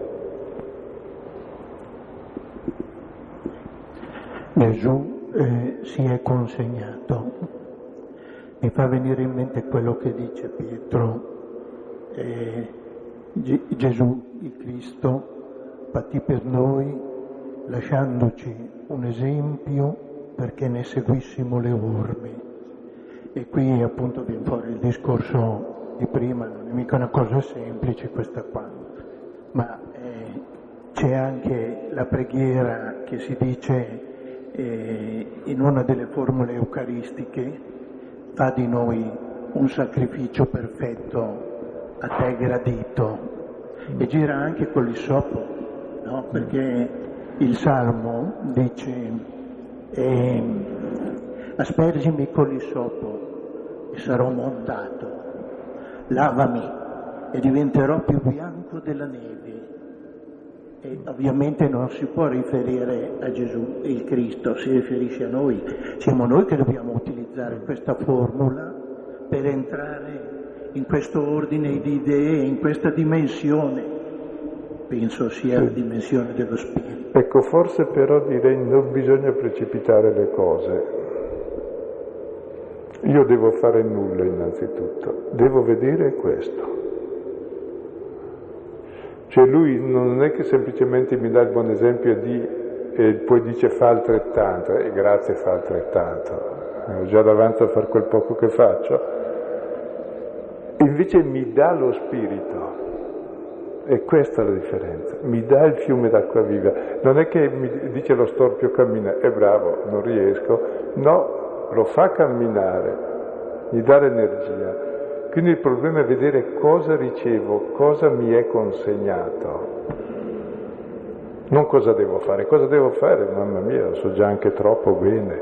Gesù eh, si è consegnato, mi fa venire in mente quello che dice Pietro, eh, G- Gesù il Cristo patì per noi lasciandoci un esempio perché ne seguissimo le orme. E qui appunto viene fuori il discorso di prima, non è mica una cosa semplice questa qua, ma eh, c'è anche la preghiera che si dice eh, in una delle formule eucaristiche, fa di noi un sacrificio perfetto a te gradito, e gira anche con l'issopo, no? Perché il Salmo dice eh, aspergimi con l'issopo e sarò mondato, lavami e diventerò più bianco della neve. E ovviamente non si può riferire a Gesù il Cristo, si riferisce a noi. Siamo noi che dobbiamo utilizzare questa formula per entrare in questo ordine di idee, in questa dimensione, penso sia la dimensione dello Spirito. Ecco, forse però direi non bisogna precipitare le cose. Io devo fare nulla innanzitutto, devo vedere questo. Cioè lui non è che semplicemente mi dà il buon esempio e, di, e poi dice fa altrettanto, e grazie fa altrettanto, ho già davanti a fare quel poco che faccio, invece mi dà lo spirito, e questa è la differenza, mi dà il fiume d'acqua viva, non è che mi dice lo storpio cammina, è bravo, non riesco, no, lo fa camminare, gli dà l'energia. Quindi il problema è vedere cosa ricevo, cosa mi è consegnato. Non cosa devo fare. Cosa devo fare? Mamma mia, lo so già anche troppo bene.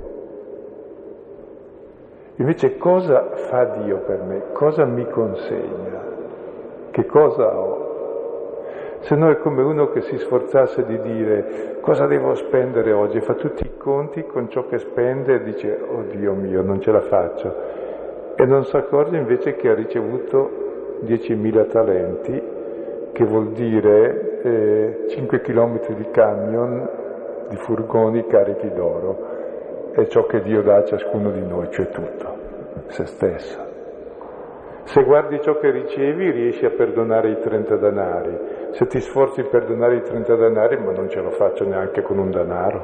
Invece cosa fa Dio per me? Cosa mi consegna? Che cosa ho? Se no è come uno che si sforzasse di dire cosa devo spendere oggi, fa tutti i conti con ciò che spende e dice oh Dio mio, non ce la faccio, e non si accorge invece che ha ricevuto diecimila talenti, che vuol dire eh, cinque chilometri di camion, di furgoni carichi d'oro, è ciò che Dio dà a ciascuno di noi, cioè tutto, se stesso. Se guardi ciò che ricevi, riesci a perdonare i trenta denari. Se ti sforzi per perdonare i trenta denari, ma non ce lo faccio neanche con un denaro.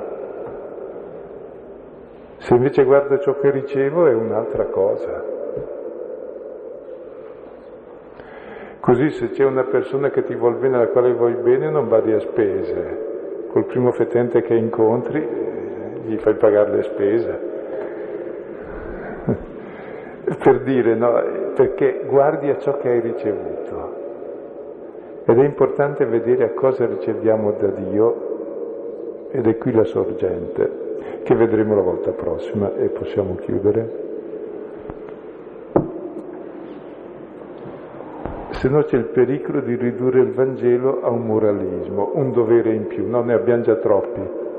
Se invece guardo ciò che ricevo, è un'altra cosa. Così se c'è una persona che ti vuol bene, alla quale vuoi bene, non vadi a spese. Col primo fetente che incontri, gli fai pagare le spese. per dire, no, perché guardi a ciò che hai ricevuto. Ed è importante vedere a cosa riceviamo da Dio, ed è qui la sorgente, che vedremo la volta prossima e possiamo chiudere. Se no c'è il pericolo di ridurre il Vangelo a un moralismo, un dovere in più, no, ne abbiamo già troppi.